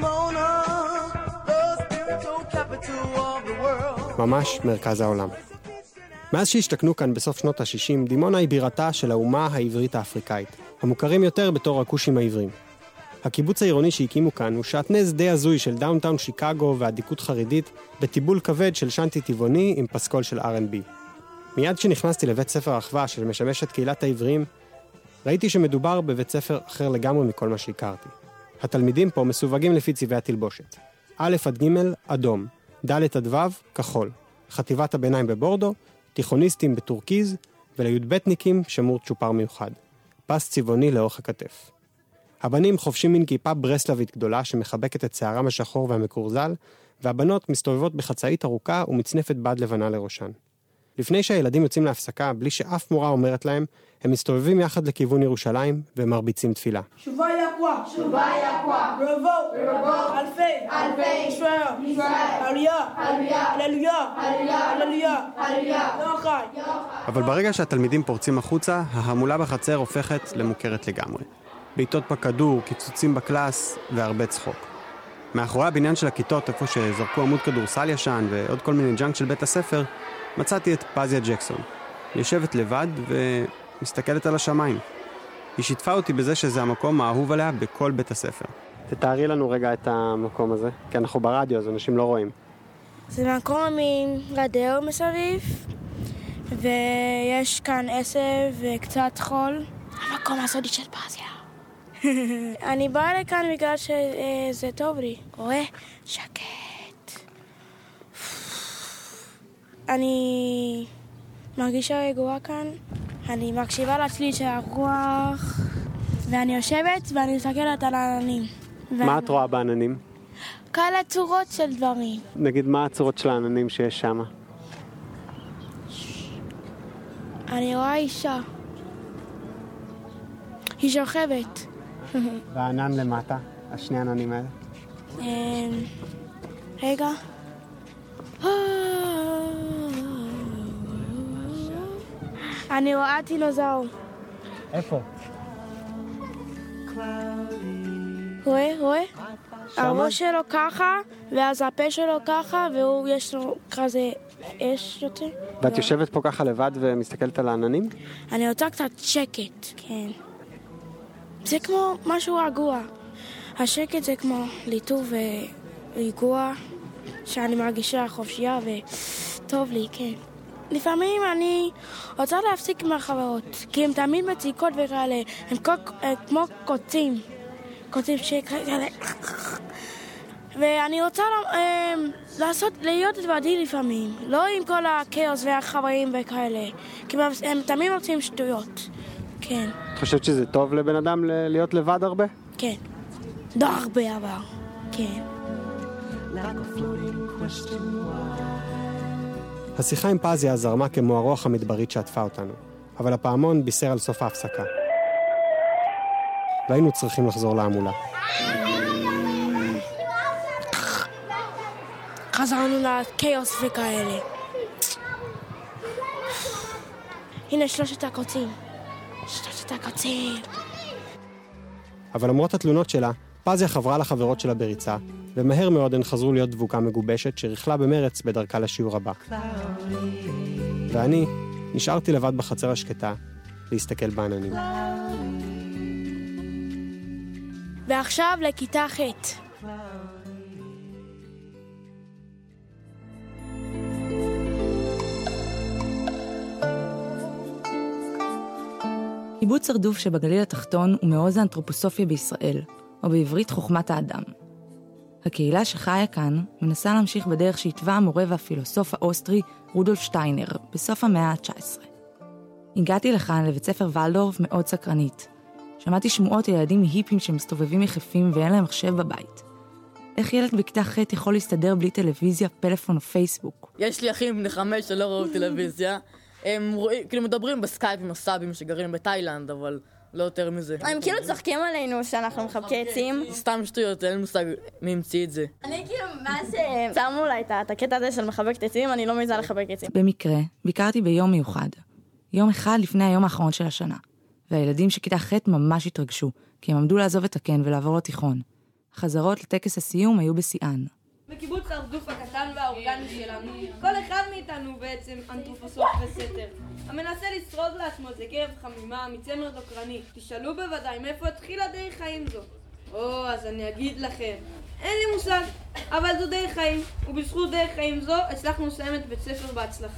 ממש מרכז העולם. מאז שהשתכנו כאן בסוף שנות ה-60, דימונה היא בירתה של האומה העברית האפריקאית, המוכרים יותר בתור הכושים העברים. הקיבוץ העירוני שהקימו כאן הוא שעטנז די הזוי של דאונטאון שיקגו ועדיקות חרדית בטיבול כבד של שנטי טבעוני עם פסקול של R&B. מיד כשנכנסתי לבית ספר אחווה שמשמש את קהילת העברים, ראיתי שמדובר בבית ספר אחר לגמרי מכל מה שהכרתי. התלמידים פה מסווגים לפי צבעי התלבושת. א' עד ג' אדום, ד' עד ו' כחול, חטיבת הביניים בבורדו, תיכוניסטים בטורקיז ולי"בניקים שמור צ'ופר מיוחד. פס צבעוני לאורך הכתף. הבנים חובשים מין כיפה ברסלבית גדולה שמחבקת את שערם השחור והמקורזל, והבנות מסתובבות בחצאית ארוכה ומצנפת בד לבנה לראשן. לפני שהילדים יוצאים להפסקה, בלי שאף מורה אומרת להם, הם מסתובבים יחד לכיוון ירושלים ומרביצים תפילה. שובה יקווה, שובה יקווה, רבו, רבו, אלפי, אלפי, ישראל, ישראל, עלייה, עלייה, הללויה, הללויה, הללויה, הללויה, יוחאי. אבל ברגע שהתלמידים פורצים החוצה, ההמולה בחצר הופכת למוכרת לגמרי. בעיטות בכדור, קיצוצים בקלאס והרבה צחוק. מאחורי הבניין של הכיתות, איפה שזרקו עמוד כדורסל ישן ועוד כל מיני ג'אנק של בית הספר, מצאתי את פזיה ג'קסון. היא יושבת לבד ומסתכלת על השמיים. היא שיתפה אותי בזה שזה המקום האהוב עליה בכל בית הספר. תתארי לנו רגע את המקום הזה, כי אנחנו ברדיו, אז אנשים לא רואים. זה מקום עם גדר מסביב, ויש כאן עשב וקצת חול. המקום הסודי של פזיה. אני באה לכאן בגלל שזה טוב לי. רואה? שקט. אני מרגישה רגועה כאן. אני מקשיבה לצליל של הרוח, ואני יושבת ואני מסתכלת על העננים. מה את רואה בעננים? כאלה צורות של דברים. נגיד, מה הצורות של העננים שיש שם? אני רואה אישה. היא שוכבת. והענן למטה, השני עננים האלה? רגע. אני רואה דינוזאור. איפה? רואה? הראש שלו ככה, ואז הפה שלו ככה, והוא יש לו כזה אש יותר. ואת יושבת פה ככה לבד ומסתכלת על העננים? אני רוצה קצת שקט, כן. זה כמו משהו רגוע. השקט זה כמו ליטוב ורגוע, שאני מרגישה חופשייה וטוב לי, כן. לפעמים אני רוצה להפסיק מהחברות, כי הן תמיד מציקות וכאלה, הן כמו קוצים שכאלה. ואני רוצה להיות לבדי לפעמים, לא עם כל הכאוס והחברים וכאלה, כי הם תמיד רוצים שטויות, כן. את חושבת שזה טוב לבן אדם להיות לבד הרבה? כן. לא הרבה אבל, כן. השיחה עם פזיה זרמה כמו הרוח המדברית שעטפה אותנו, אבל הפעמון בישר על סוף ההפסקה. והיינו צריכים לחזור להמולה. חזרנו לקאוס וכאלה. הנה שלושת הקוצים. אבל למרות התלונות שלה, פזיה חברה לחברות שלה בריצה, ומהר מאוד הן חזרו להיות דבוקה מגובשת שריכלה במרץ בדרכה לשיעור הבא. ואני נשארתי לבד בחצר השקטה, להסתכל בעננים. ועכשיו לכיתה ח'. קיבוץ הרדוף שבגליל התחתון הוא מעוז האנתרופוסופיה בישראל, או בעברית חוכמת האדם. הקהילה שחיה כאן מנסה להמשיך בדרך שהתווה המורה והפילוסוף האוסטרי רודולף שטיינר בסוף המאה ה-19. הגעתי לכאן לבית ספר ולדורף מאוד סקרנית. שמעתי שמועות ילדים מהיפים שמסתובבים יחפים ואין להם מחשב בבית. איך ילד בכיתה ח' יכול להסתדר בלי טלוויזיה, פלאפון או פייסבוק? יש לי אחים בני 5 שלא ראו טלוויזיה. הם רואים, כאילו מדברים בסקייפ עם הסאבים שגרים בתאילנד, אבל לא יותר מזה. הם כאילו צוחקים עלינו שאנחנו מחבקי עצים. סתם שטויות, אין מושג מי המציא את זה. אני כאילו, מה שמו לה את הקטע הזה של מחבקת עצים, אני לא מעיזה לחבק עצים. במקרה, ביקרתי ביום מיוחד. יום אחד לפני היום האחרון של השנה. והילדים שכיתה ח' ממש התרגשו, כי הם עמדו לעזוב את הקן ולעבור לתיכון. החזרות לטקס הסיום היו בשיאן. בקיבוץ הרדוף הקטן והאורגני שלנו, כל אחד מאיתנו בעצם אנתרופוסוף וסתר, המנסה לשרוד לעצמו זה קרב חמימה מצמר דוקרני. תשאלו בוודאי מאיפה התחילה דרך חיים זו. אז אני אגיד לכם, אין לי מושג, אבל זו דרך חיים, ובזכות דרך חיים זו הצלחנו לסיים את בית ספר בהצלחה.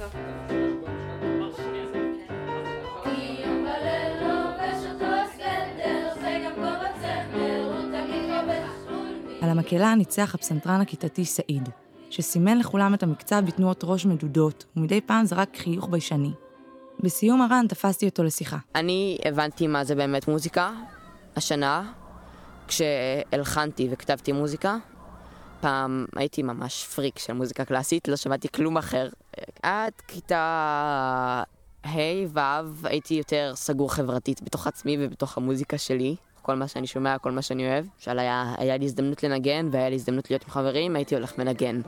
על המקהלה ניצח הפסנתרן הכיתתי סעיד, שסימן לכולם את המקצב בתנועות ראש מדודות, ומדי פעם זרק חיוך ביישני. בסיום הרן תפסתי אותו לשיחה. אני הבנתי מה זה באמת מוזיקה, השנה, כשהלחנתי וכתבתי מוזיקה, פעם הייתי ממש פריק של מוזיקה קלאסית, לא שמעתי כלום אחר. עד כיתה ו' הייתי יותר סגור חברתית בתוך עצמי ובתוך המוזיקה שלי. כל מה שאני שומע, כל מה שאני אוהב. היה לי הזדמנות לנגן והיה לי הזדמנות להיות עם חברים, הייתי הולך מנגן.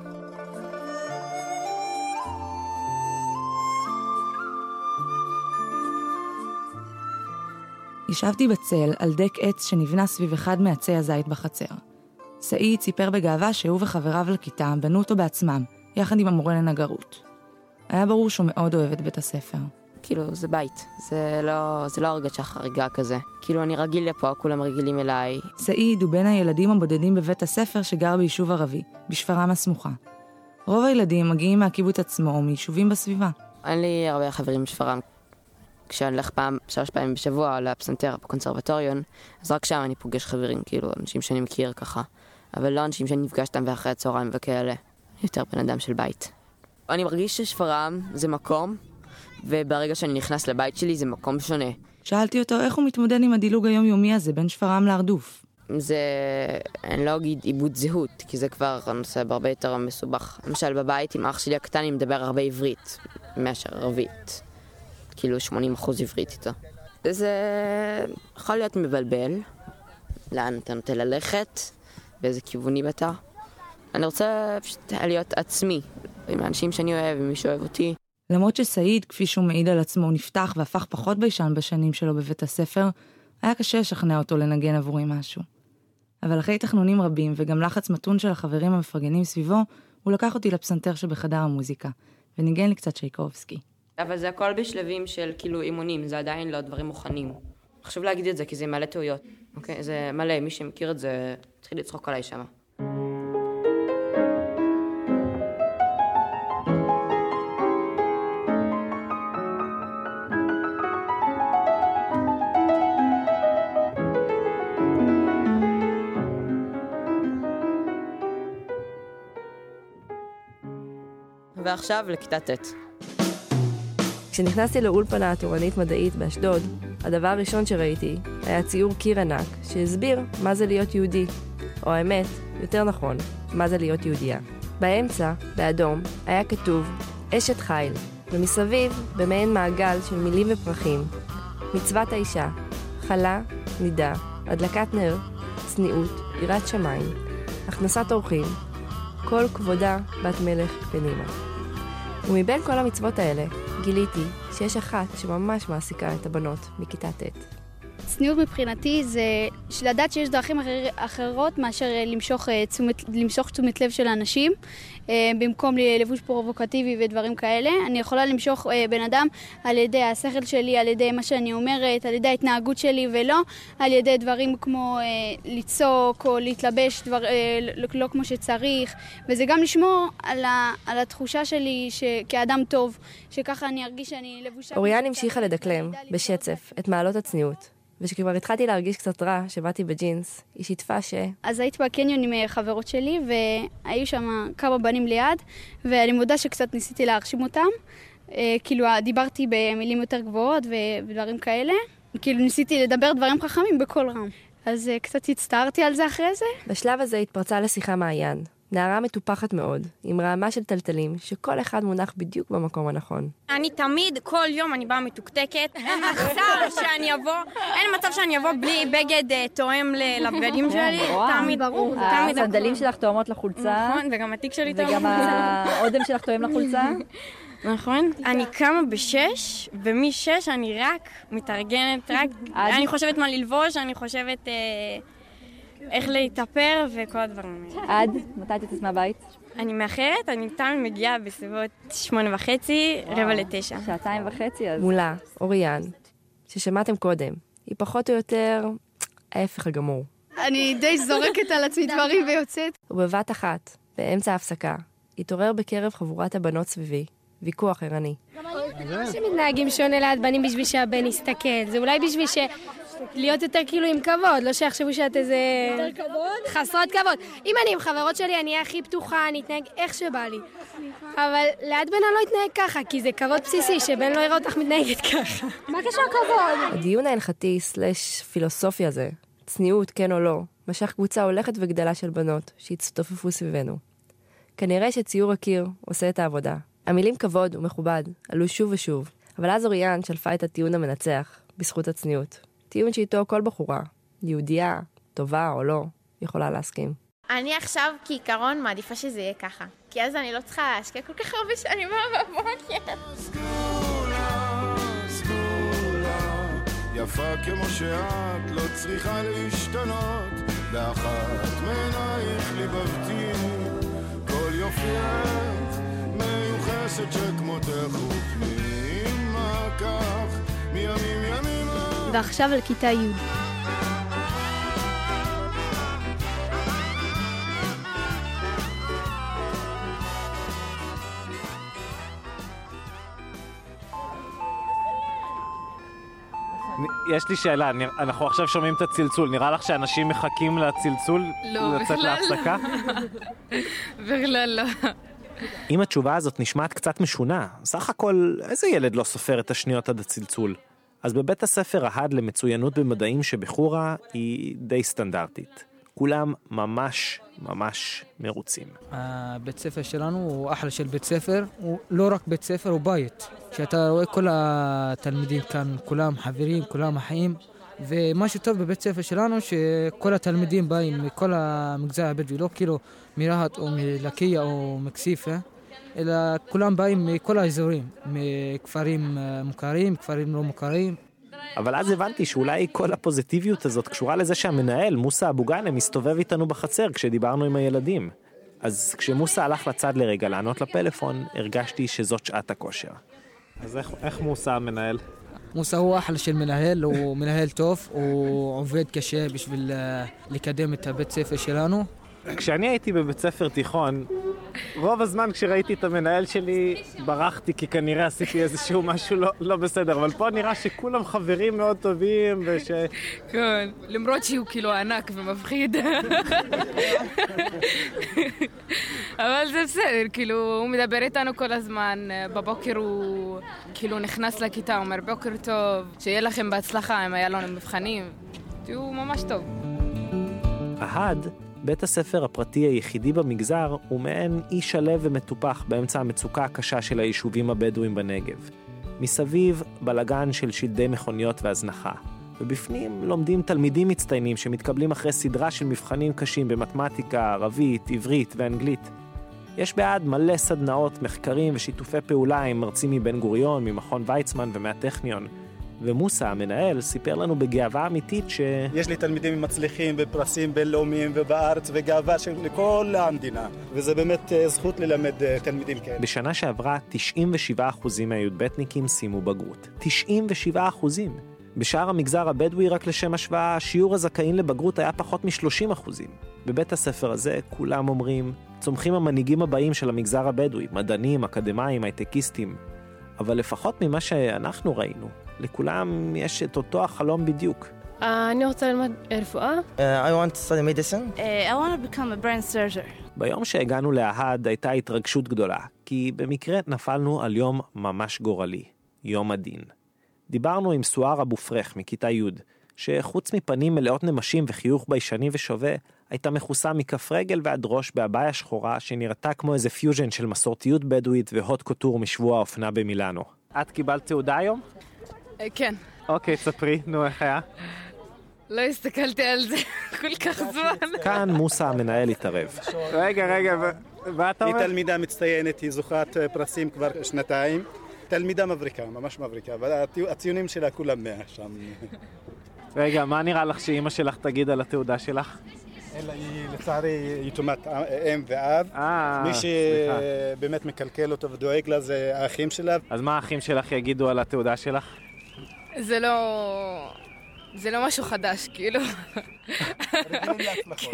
ישבתי בצל על דק עץ שנבנה סביב אחד מעצי הזית בחצר. סעיד סיפר בגאווה שהוא וחבריו לכיתה בנו אותו בעצמם, יחד עם המורה לנגרות. היה ברור שהוא מאוד אוהב את בית הספר. כאילו, זה בית. זה לא הרגשה חריגה כזה. כאילו, אני רגיל לפה, כולם רגילים אליי. סעיד הוא בין הילדים הבודדים בבית הספר שגר ביישוב ערבי, בשפרעם הסמוכה. רוב הילדים מגיעים מהקיבוץ עצמו או מיישובים בסביבה. אין לי הרבה חברים בשפרעם. כשאני הולך 3 פעמים בשבוע לפסנתר בקונסרבטוריון, אז רק שם אני פוגש חברים, כאילו, אנשים שאני מכיר ככה. אבל לא אנשים שאני נפגשתם ואחרי הצהריים וכאלה. יותר בן אדם של בית. אני מרגיש ששפרעם זה מקום, וברגע שאני נכנס לבית שלי זה מקום שונה. שאלתי אותו איך הוא מתמודד עם הדילוג היומיומי הזה בין שפרעם להרדוף. אני לא אגיד איבוד זהות, כי זה כבר נושא בהרבה יותר מסובך. למשל בבית עם אח שלי הקטן אני מדבר הרבה עברית, מאשר ערבית. כאילו 80% עברית איתו. זה יכול להיות מבלבל, לאן אתה נוטה ללכת, באיזה כיווני אתה. אני רוצה פשוט להיות עצמי, עם האנשים שאני אוהב, עם מי שאוהב אותי. למרות שסעיד, כפי שהוא מעיד על עצמו, נפתח והפך פחות ביישן בשנים שלו בבית הספר, היה קשה לשכנע אותו לנגן עבורי משהו. אבל אחרי תכנונים רבים וגם לחץ מתון של החברים המפרגנים סביבו, הוא לקח אותי לפסנתר שבחדר המוזיקה, וניגן לי קצת שייקובסקי. אבל זה הכל בשלבים של כאילו אימונים, זה עדיין לא דברים מוכנים. חשוב להגיד את זה כי זה מלא טעויות. אוקיי? זה מלא, מי שמכיר את זה, התחיל לצחוק עליי שמה. ועכשיו לכיתה ט'. כשנכנסתי לאולפנה התורנית מדעית באשדוד, הדבר הראשון שראיתי היה ציור קיר ענק שהסביר מה זה להיות יהודי, או האמת, יותר נכון, מה זה להיות יהודייה. באמצע, באדום, היה כתוב אשת חיל, ומסביב, במעין מעגל של מילים ופרחים, מצוות האישה, חלה, נידה, הדלקת נר, צניעות, יראת שמיים, הכנסת אורחים, כל כבודה בת מלך פנימה. ומבין כל המצוות האלה, גיליתי שיש אחת שממש מעסיקה את הבנות מכיתה ט'. צניעות מבחינתי זה לדעת שיש דרכים אחרות מאשר למשוך תשומת לב של האנשים, במקום לבוש פרובוקטיבי ודברים כאלה. אני יכולה למשוך בן אדם על ידי השכל שלי, על ידי מה שאני אומרת, על ידי ההתנהגות שלי, ולא על ידי דברים כמו לצעוק או להתלבש לא כמו שצריך. וזה גם לשמור על התחושה שלי כאדם טוב, שככה אני ארגיש שאני לבושה. אוריאן המשיכה לדקלם בשצף את מעלות הצניעות. ושכבר התחלתי להרגיש קצת רע שבאתי בג'ינס, היא שיתפה אז הייתי בקניון עם חברות שלי, והיו שם כמה בנים ליד, ואני מודה שקצת ניסיתי להרשים אותם. כאילו דיברתי במילים יותר גבוהות ודברים כאלה. כאילו ניסיתי לדבר דברים חכמים בכל רם. אז קצת הצטערתי על זה אחרי זה. בשלב הזה התפרצה לשיחה מעיין. נערה מטופחת מאוד, עם רעמה של טלטלים, שכל אחד מונח בדיוק במקום הנכון. אני תמיד, כל יום אני באה מתוקתקת. אין מצב שאני אבוא בלי בגד תואם לבגדים שלי. תמיד, ברור. הסנדלים שלך תואמות לחולצה. נכון, וגם התיק שלי תואם לחולצה. וגם האודם שלך תואם לחולצה. נכון. אני קמה ב6, ומ6 אני רק מתארגנת, אני חושבת מה ללבוש, אני חושבת איך להתאפר וכל הדברים. עד? מתי תצאת מהבית? אני מאחרת, אני תמיד מגיעה בסביבות 8:30, 8:45. 2.5 אז. מולה, אוריאן, ששמעתם קודם, היא פחות או יותר ההפך הגמור. אני די זורקת על עצמי דברים ויוצאת. ובבת אחת, באמצע ההפסקה, התעורר בקרב חבורת הבנות סביבי, ויכוח ערני. שמתנהגים שונה ליד בנים בשביל שהבן יסתכל, זה אולי בשביל להיות יותר כאילו עם כבוד, לא שיחשבו שאת איזה חסרות כבוד. אם אני עם חברות שלי, אני אהיה הכי פתוחה, אני אתנהג איך שבא לי. אבל ליד בן אני לא אתנהג ככה, כי זה כבוד בסיסי, שבן לא יראה אותך מתנהגת ככה. מה קשור כבוד? הדיון ההלכתי / פילוסופי הזה צניעות, כן או לא, משך קבוצה הולכת וגדלה של בנות שהצטופפו סביבנו. כנראה שציור הקיר עושה את העבודה. המילים כבוד ומכובד עלו שוב ושוב, אבל אז אוריאן שלפה את הטיעון המנצח בזכות הצניעות. טיעון שאיתו כל בחורה, יהודייה, טובה או לא, יכולה להסכים. אני עכשיו כעיקרון מעדיפה שזה יהיה ככה, כי אז אני לא צריכה להשקיע כל כך הרבה שאני בבוקר. יפה כמו שאת לא צריכה להשתנות, באחת מעינייך ליבבתיני, כל יופייך מיוחסת שכמותך ופנימה כך מימים ימימה. ועכשיו על כיתה י'. יש לי שאלה, אנחנו עכשיו שומעים את הצלצול, נראה לך שאנשים מחכים לצלצול לצאת להפסקה? בכלל לא. אם התשובה הזאת נשמעת קצת משונה, סך הכל איזה ילד לא סופר את השניות עד הצלצול? אז בבית הספר ההד למצוינות במדעים שבחורה היא די סטנדרטית. כולם ממש ממש מרוצים. הבית ספר שלנו הוא אחלה של בית ספר, הוא לא רק בית ספר, הוא בית. שאתה רואה כל התלמידים כאן, כולם חברים, כולם אחים, ומשהו טוב בבית ספר שלנו שכל התלמידים באים מכל המגזר הבדואי, לא כאילו מרהט או מלקיה או מקסיפה, אלא כולם באים מכל האזורים, מכפרים מוכרים, כפרים לא מוכרים. אבל אז הבנתי שאולי כל הפוזיטיביות הזאת קשורה לזה שהמנהל, מוסא אבו גאנם, מסתובב איתנו בחצר כשדיברנו עם הילדים. אז כשמוסא הלך לצד לרגע לענות לפלאפון, הרגשתי שזאת שעת הכושר. אז איך מוסא המנהל? מוסא הוא אחלה של מנהל, הוא מנהל טוב, הוא עובד קשה בשביל לקדם את הבית ספר שלנו. כשאני הייתי בבית ספר תיכון, רוב הזמן כשראיתי את המנהל שלי ברחתי, כי כנראה עשיתי איזשהו משהו לא בסדר, אבל פה נראה שכולם חברים מאוד טובים כן, למרות שהוא כאילו ענק ומפחיד. אבל זה בסדר, כאילו הוא מדבר איתנו כל הזמן, בבוקר הוא כאילו נכנס לכיתה, הוא אומר בוקר טוב, שיהיה לכם בהצלחה, אם היה לנו מבחנים, הוא ממש טוב. ההד, בית הספר הפרטי היחידי במגזר, הוא מעין אי שלב ומטופח באמצע המצוקה הקשה של היישובים הבדואים בנגב. מסביב בלגן של שלדי מכוניות והזנחה. ובפנים לומדים תלמידים מצטיינים שמתקבלים אחרי סדרה של מבחנים קשים במתמטיקה, ערבית, עברית ואנגלית. יש בעד מלא סדנאות, מחקרים ושיתופי פעולה עם מרצים מבן גוריון, ממכון ויצמן ומהטכניון. ומוסא, המנהל, סיפר לנו בגאווה אמיתית יש לי תלמידים מצליחים בפרסים בינלאומיים ובארץ וגאווה של כל המדינה. וזה באמת זכות ללמד תלמידים כאלה. בשנה שעברה 97% מהי"בניקים סיימו בגרות. 97%. בשאר המגזר הבדואי, רק לשם השוואה, שיעור הזכאים לבגרות היה פחות מ-30%. בבית הספר הזה כולם אומרים, צומחים המנהיגים הבאים של המגזר הבדואי, מדענים, אקדמיים, הייטקיסטים. אבל לפחות ממה שאנחנו ראינו, לכולם יש את אותו החלום בדיוק. אני רוצה ללמוד רפואה. I want to study medicine. I want to become a brain surgeon. ביום שהגענו להד הייתה התרגשות גדולה, כי במקרה נפלנו על יום ממש גורלי, יום הדין. דיברנו עם סואר אבו פרח מכיתה י', שחוץ מפנים מלאות נמשים וחיוך ביישני ושווה, הייתה מכוסה מכף רגל ועד ראש בהבעיה שחורה שנראתה כמו איזה פיוז'ן של מסורתיות בדואית והוט קוטור משבוע האופנה במילאנו. את קיבלת תעודה היום? כן. אוקיי, ספרי, נו, איך היה? לא הסתכלתי על זה כל כך זמן. כאן מוסא המנהל התערב. רגע, מה אתה אומר? היא תלמידה מצטיינת, היא זוכת פרסים כבר שנתיים. תלמידה מבריקה, ממש מבריקה, אבל הציונים שלה כולם 100 שם. רגע, מה נראה לך שאמא שלך תגיד על התעודה שלך? אלא היא לצערי יתומת אם ואב. מי שבאמת מקלקל אותו ודואג לה זה האחים שלה. אז מה האחים שלך יגידו על התעודה שלך? זה לא משהו חדש, כאילו. רגילים להצלחות.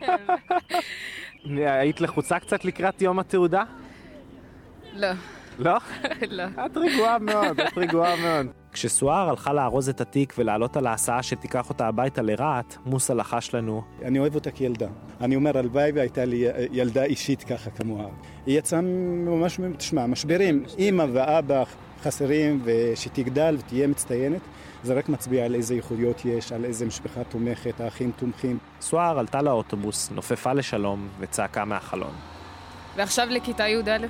כן. היית לחוצה קצת לקראת יום התעודה? לא. לא? לא. את רגועה מאוד. כשסואר הלכה לארוז את התיק ולעלות על ההסעה שתיקח אותה הביתה לרהט, מוסא לחש לנו. אני אוהב אותה כילדה. אני אומר, הלוואי והייתה לי ילדה אישית ככה כמוה. היא יצאה ממש, תשמע, משברים. אמא ואבא חסרים ושתגדל ותהיה מצטיינת. זה רק מצביע על איזה ייחודיות יש, על איזה משפחה תומכת, האחים תומכים. סואר עלתה לאוטובוס, נופפה לשלום וצעקה מהחלון. ועכשיו לכיתה י"א.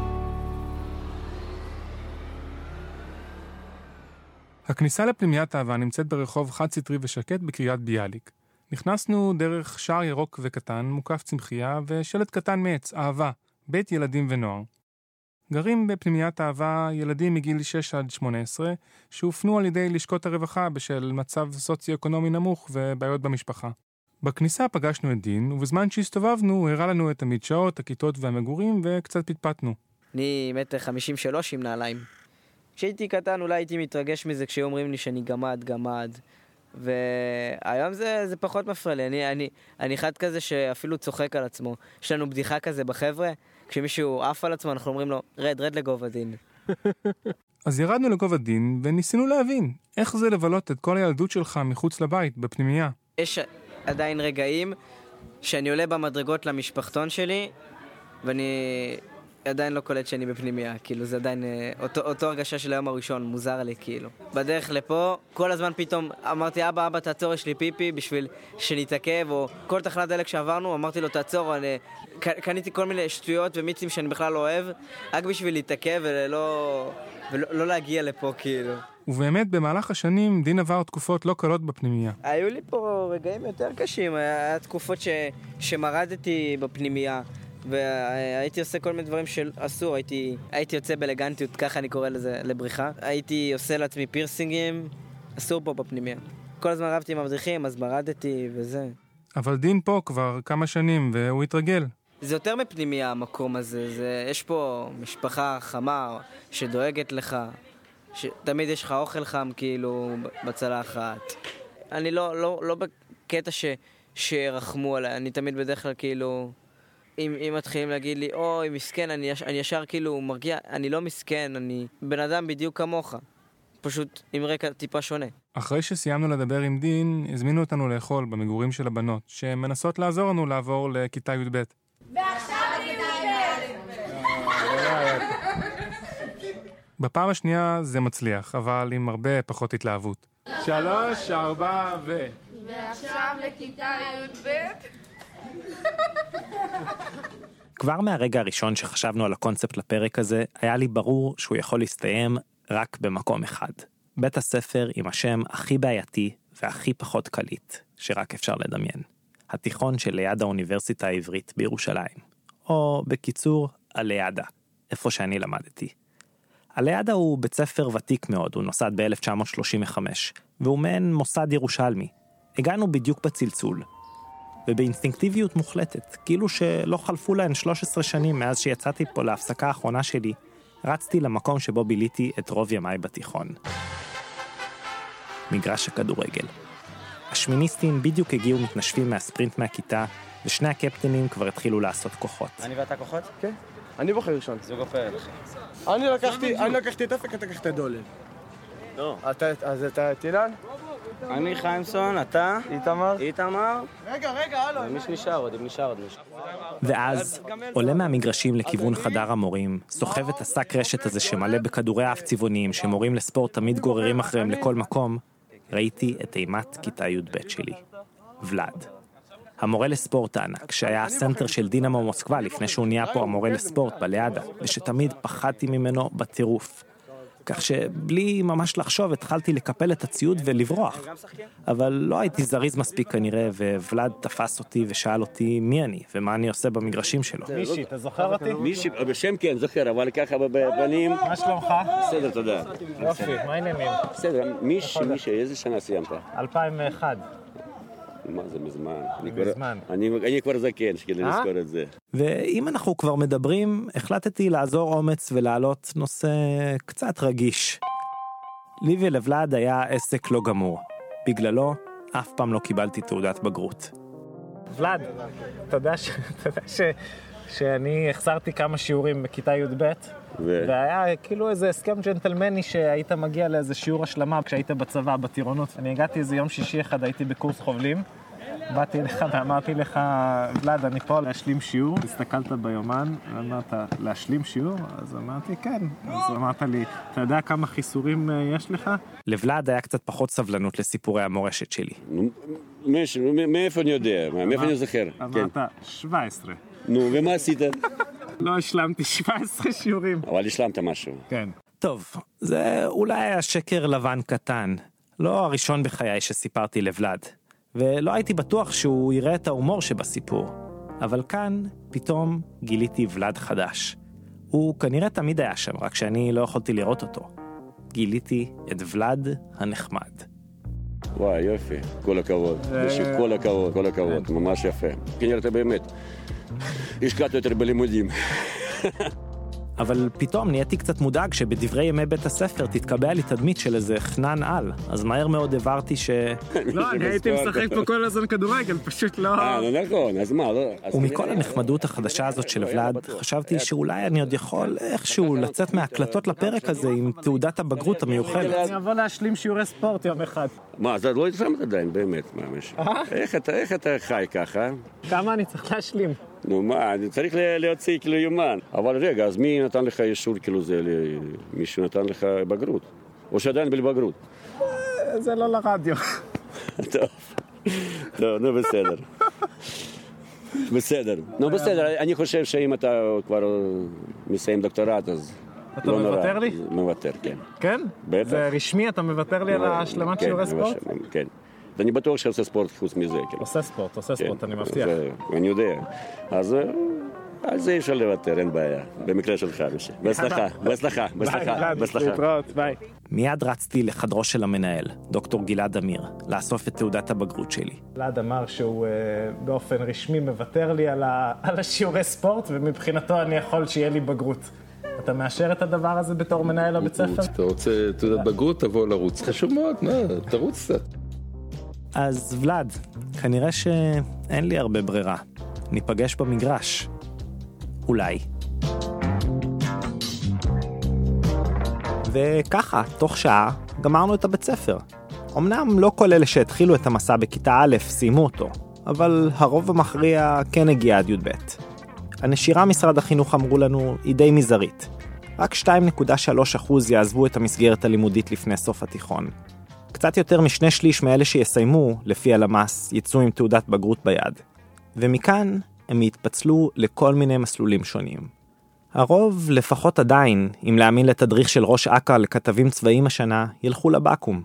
הכניסה לפנימיית אהבה נמצאת ברחוב חד סטרי ושקט בקריית ביאליק. נכנסנו דרך שער ירוק וקטן, מוקף צמחייה ושלט קטן מעץ, אהבה, בית ילדים ונוער. גרים בפנימיית אהבה ילדים מגיל 6 עד 18, שהופנו על ידי לשכות הרווחה בשל מצב סוציו-אקונומי נמוך ובעיות במשפחה. בכניסה פגשנו את דין, ובזמן שהסתובבנו הוא הראה לנו את המדשאות, הכיתות והמגורים, וקצת פטפטנו. אני 1.53 מטר עם נעליים. כשהייתי קטן אולי הייתי מתרגש מזה כשאומרים לי שאני גמד, והיום זה פחות מפריע לי. אני אחד כזה שאפילו צוחק על עצמו. יש לנו בדיחה כזה בחבר'ה, כשמישהו עף על עצמו אנחנו אומרים לו, רד לגובה דין. אז ירדנו לגובה דין וניסינו להבין איך זה לבלות את כל הילדות שלך מחוץ לבית, בפנימייה. יש עדיין רגעים שאני עולה במדרגות למשפחתון שלי, ואני עדיין לא קולט שאני בפנימייה, כאילו זה עדיין אותו הרגשה של היום הראשון, מוזר לי כאילו. בדרך לפה, כל הזמן פתאום אמרתי, אבא, תעצור, יש לי פיפי בשביל שנתעכב, או כל תחנת דלק שעברנו, אמרתי לו, תעצור, קניתי כל מיני שטויות ומיצים שאני בכלל לא אוהב, רק בשביל להתעכב ולא להגיע לפה כאילו. ובאמת במהלך השנים דין עבר תקופות לא קלות בפנימייה. היו לי פה רגעים יותר קשים, היה תקופות שמרדתי בפנימייה, והייתי עושה כל מיני דברים שאסור, הייתי יוצא באלגנטיות, ככה אני קורא לזה, לבריחה. הייתי עושה לעצמי פירסינגים, אסור פה בפנימייה. כל הזמן רבתי עם המדריכים, אז מרדתי וזה. אבל דין פה כבר כמה שנים והוא התרגל. זה יותר מפנימייה המקום הזה, יש פה משפחה חמה שדואגת לך, שתמיד יש לך אוכל חם כאילו בצלחת. אני לא בקטע שרחמו עליי, אני תמיד בדרך כלל כאילו, אם מתחילים להגיד לי, אוי מסכן, אני ישר כאילו מרגיע, אני לא מסכן, אני בן אדם בדיוק כמוך, פשוט עם רקע טיפה שונה. אחרי שסיימנו לדבר עם דין, הזמינו אותנו לאכול במגורים של הבנות, שמנסות לעזור לנו לעבור לכיתה י"ב. ועכשיו בפעם השנייה זה מצליח, אבל עם הרבה פחות התלהבות. 3, 4 ועכשיו לכיתה י"ב. כבר מהרגע הראשון שחשבנו על הקונספט לפרק הזה, היה לי ברור שהוא יכול להסתיים רק במקום אחד. בית הספר עם השם הכי בעייתי והכי פחות קליט שרק אפשר לדמיין. התיכון שליד האוניברסיטה העברית בירושלים. או בקיצור, הליאדה, איפה שאני למדתי. הליאדה הוא בית ספר ותיק מאוד, הוא נוסד ב-1935, והוא מעין מוסד ירושלמי. הגענו בדיוק בצלצול. ובאינסטינקטיביות מוחלטת, כאילו שלא חלפו להן 13 שנים מאז שיצאתי פה להפסקה האחרונה שלי, רצתי למקום שבו ביליתי את רוב ימיי בתיכון. מגרש הכדורגל. השמיניסטים בדיוק הגיעו מתנשפים מהספרינט מהכיתה, ושני הקפטנים כבר התחילו לעשות כוחות. אני ואתה כוחות? כן. אני בוחר ראשון. זוג אופר לך. אני לקחתי את אפק, אתה לקחת את דולר. לא. אז אתה את אילן? אני חיימסון, אתה? איתמר. רגע, הלו. מי שנשאר עוד מישהו. ואז עולה מהמגרשים לכיוון חדר המורים, סוחב את השק רשת הזה שמלא בכדורי אף צבעוניים שמורים לספורט תמיד גוררים אחריהם לכל מקום, ראיתי את אימת כיתה י"ב שלי, ולד. המורה לספורט הענק, שהיה הסנטר של דינמו מוסקבה לפני שהוא נהיה פה המורה לספורט בליאדה, ושתמיד פחדתי ממנו בטירוף. כך שבלי ממש לחשוב התחלתי לקפל את הציוד ולברוח. אבל לא הייתי זריז מספיק כנראה, וולד תפס אותי ושאל אותי מי אני ומה אני עושה במגרשים שלו. מישי, אתה זוכר אותי? מישי, בשם כן, זוכר, אבל ככה בפנים... מה שלומך? בסדר, תודה. יופי, מה העניינים? בסדר, מישי, איזה שנה סיימת? 2001. מה זה מזמן? מזמן. אני כבר זקן, שכדי לזכור את זה. ואם אנחנו כבר מדברים, החלטתי לעזור אומץ ולהעלות נושא קצת רגיש. לי ולוולד היה עסק לא גמור. בגללו, אף פעם לא קיבלתי תעודת בגרות. ולד, אתה יודע שאני החסרתי כמה שיעורים בכיתה י"ב, והיה כאילו איזה הסכם ג'נטלמני שהיית מגיע לאיזה שיעור השלמה כשהיית בצבא, בטירונות. אני הגעתי איזה יום שישי אחד, הייתי בקורס חובלים, באתי לך ואמרתי לך, ולד, אני פה להשלים שיעור. הסתכלת ביומן, ואמרת, להשלים שיעור? אז אמרתי, כן. אז אמרת לי, אתה יודע כמה חיסורים יש לך? לוולד היה קצת פחות סבלנות לסיפורי המורשת שלי. מאיפה אני יודע? מאיפה אני זוכר? אמרת, 17. נו, ומה עשית? לא השלמתי 17 שיעורים. אבל השלמת משהו. כן. טוב, זה אולי היה שקר לבן קטן. לא הראשון בחיי שסיפרתי לוולד. ולא הייתי בטוח שהוא יראה את ההומור שבסיפור. אבל כאן פתאום גיליתי ולד חדש. הוא כנראה תמיד היה שם, רק שאני לא יכולתי לראות אותו. גיליתי את ולד הנחמד. וואי, יופי. כל הכבוד. כל הכבוד, כל הכבוד. ממש יפה. כנראה אתה באמת. השקעת יותר בלימודים. אבל פתאום נהייתי קצת מודאג שבדברי ימי בית הספר תתקבע לי תדמית של איזה חנן על. אז מהר מאוד הבהרתי לא, אני הייתי משחק פה כל הזמן כדורגל, פשוט לא... נכון, אז מה, לא... ומכל הנחמדות החדשה הזאת של ולד, חשבתי שאולי אני עוד יכול איכשהו לצאת מהקלטות לפרק הזה עם תעודת הבגרות המיוחדת. אני אבוא להשלים שיעורי ספורט יום אחד. מה, אז לא התשמת עדיין, באמת, ממש. איך אתה חי ככה? כמה אני צריך להשלים? נו מה, אני צריך להוציא כאילו יומן. אבל רגע, אז מי נתן לך אישור כאילו זה? מישהו נתן לך בגרות? או שעדיין בלבגרות? זה לא לרדיו. טוב, נו בסדר. בסדר. נו בסדר, אני חושב שאם אתה כבר מסיים דוקטורט, אז... אתה מוותר לי? מוותר, כן. כן? בטח. זה רשמי, אתה מוותר לי על השלמת שיעורי ספורט? כן. אני בטוח שעושה ספורט חוץ מזה. עושה ספורט, אני מבטיח. אני יודע. אז על זה אפשר לוותר, אין בעיה. במקרה שלך, בהצלחה. ביי. מיד רצתי לחדרו של המנהל, דוקטור גלעד אמיר, לאסוף את תעודת הבגרות שלי. גלעד אמר שהוא באופן רשמי מוותר לי על השיעורי ספורט, ומבחינתו אני יכול שיהיה לי בגרות. אתה מאשר את הדבר הזה בתור מנהל הבית ספר? אתה רוצה תעודת בגרות, תבוא לרוץ. חשוב מאוד, תרוץ קצת. אז ולד, כנראה שאין לי הרבה ברירה. ניפגש במגרש. אולי. וככה, תוך שעה, גמרנו את הבית ספר. אמנם לא כל אלה שהתחילו את המסע בכיתה א' סיימו אותו, אבל הרוב המכריע כן הגיע עד י"ב. הנשירה משרד החינוך אמרו לנו היא די מזערית. רק 2.3% יעזבו את המסגרת הלימודית לפני סוף התיכון. קצת יותר מ2/3 מאלה שיסיימו, לפי הלמ"ס, יצאו עם תעודת בגרות ביד. ומכאן הם יתפצלו לכל מיני מסלולים שונים. הרוב, לפחות עדיין, אם להאמין לתדריך של ראש אכ"א לכתבים צבאיים השנה, ילכו לבקו"ם.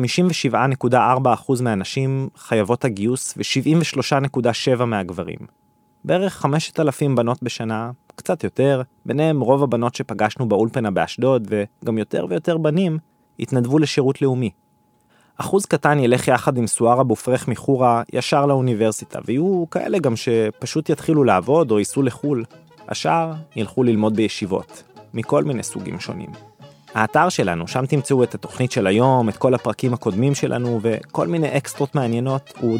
57.4% מהנשים חייבות הגיוס ו73.7% מהגברים. בערך 5,000 בנות בשנה, קצת יותר, ביניהם רוב הבנות שפגשנו באולפנה באשדוד, וגם יותר ויותר בנים, התנדבו לשירות לאומי. אחוז קטן ילך יחד עם סואר אבו פרח מחורה ישר לאוניברסיטה, ויהיו כאלה גם שפשוט יתחילו לעבוד או ייסעו לחול. השאר ילכו ללמוד בישיבות, מכל מיני סוגים שונים. האתר שלנו, שם תמצאו את התוכנית של היום, את כל הפרקים הקודמים שלנו, וכל מיני אקסטרות מעניינות, הוא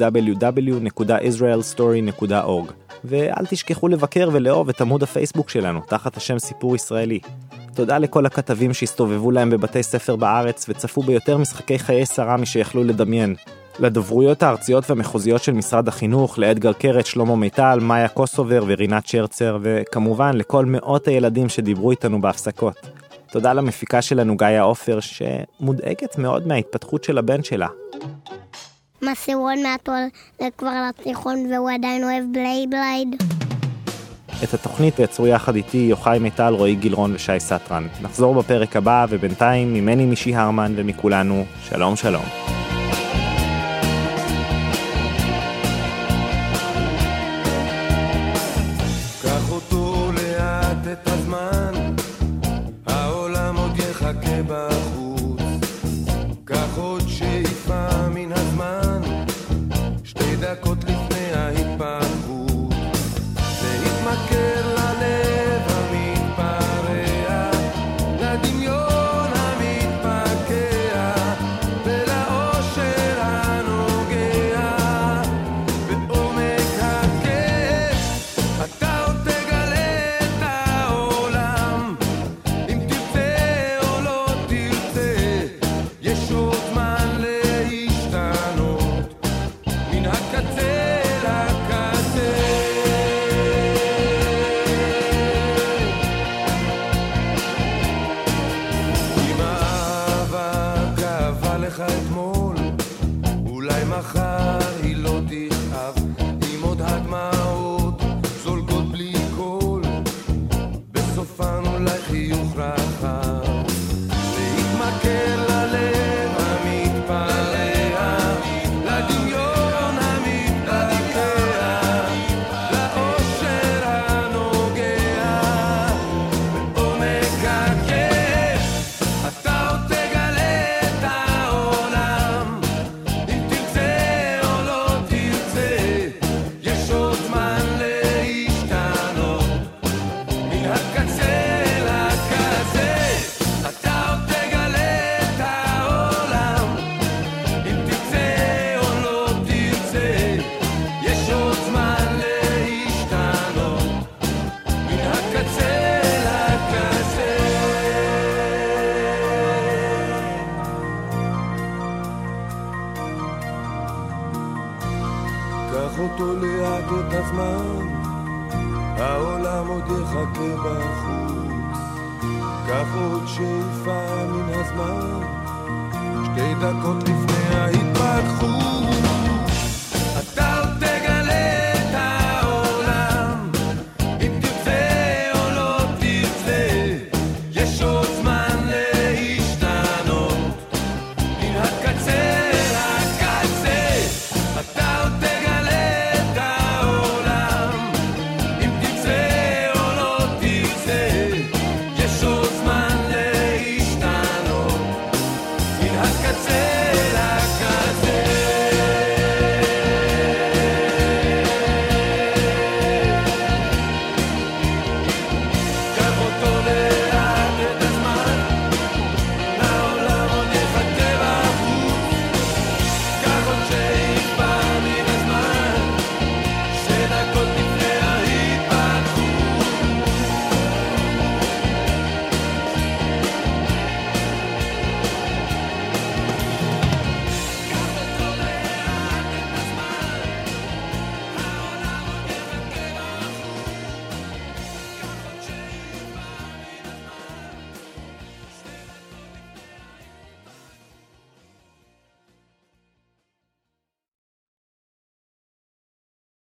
www.israelstory.org. ואל תשכחו לבקר ולאהוב את עמוד הפייסבוק שלנו, תחת השם סיפור ישראלי. תודה לכל הכתבים שהסתובבו להם בבתי ספר בארץ, וצפו ביותר משחקי חיי שרה משיכלו לדמיין. לדוברויות הארציות והמחוזיות של משרד החינוך, לאדגר קרת, שלמה מיטל, מאיה קוסובר ורינת שרצר, וכמובן לכל מאות הילדים שדיברו איתנו בהפסקות. תודה למפיקה שלנו גאיה עופר, שמודאגת מאוד מההתפתחות של הבן שלה. מסעוד מעט כבר לתיכון והוא עדיין אוהב בלייבלייד. את התוכנית יצרו יחד איתי יוחאי מיטל, רועי גילרון ושי סטרן. נחזור בפרק הבא, ובינתיים ממני מישי הרמן ומכולנו, שלום שלום. קח אותו לאט את הזמן, העולם עוד יחכה בחוץ. קח עוד שאיפה מן הזמן, 2 דקות לפני ההתפתחות. להתמכר ללב המתפרע, לדמיון המתפקע, ולאור אותו לאט את הזמן, העולם עוד יחכה בחוץ. קח עוד שאיפה מן הזמן, 2 דקות לפני ההתפתחות.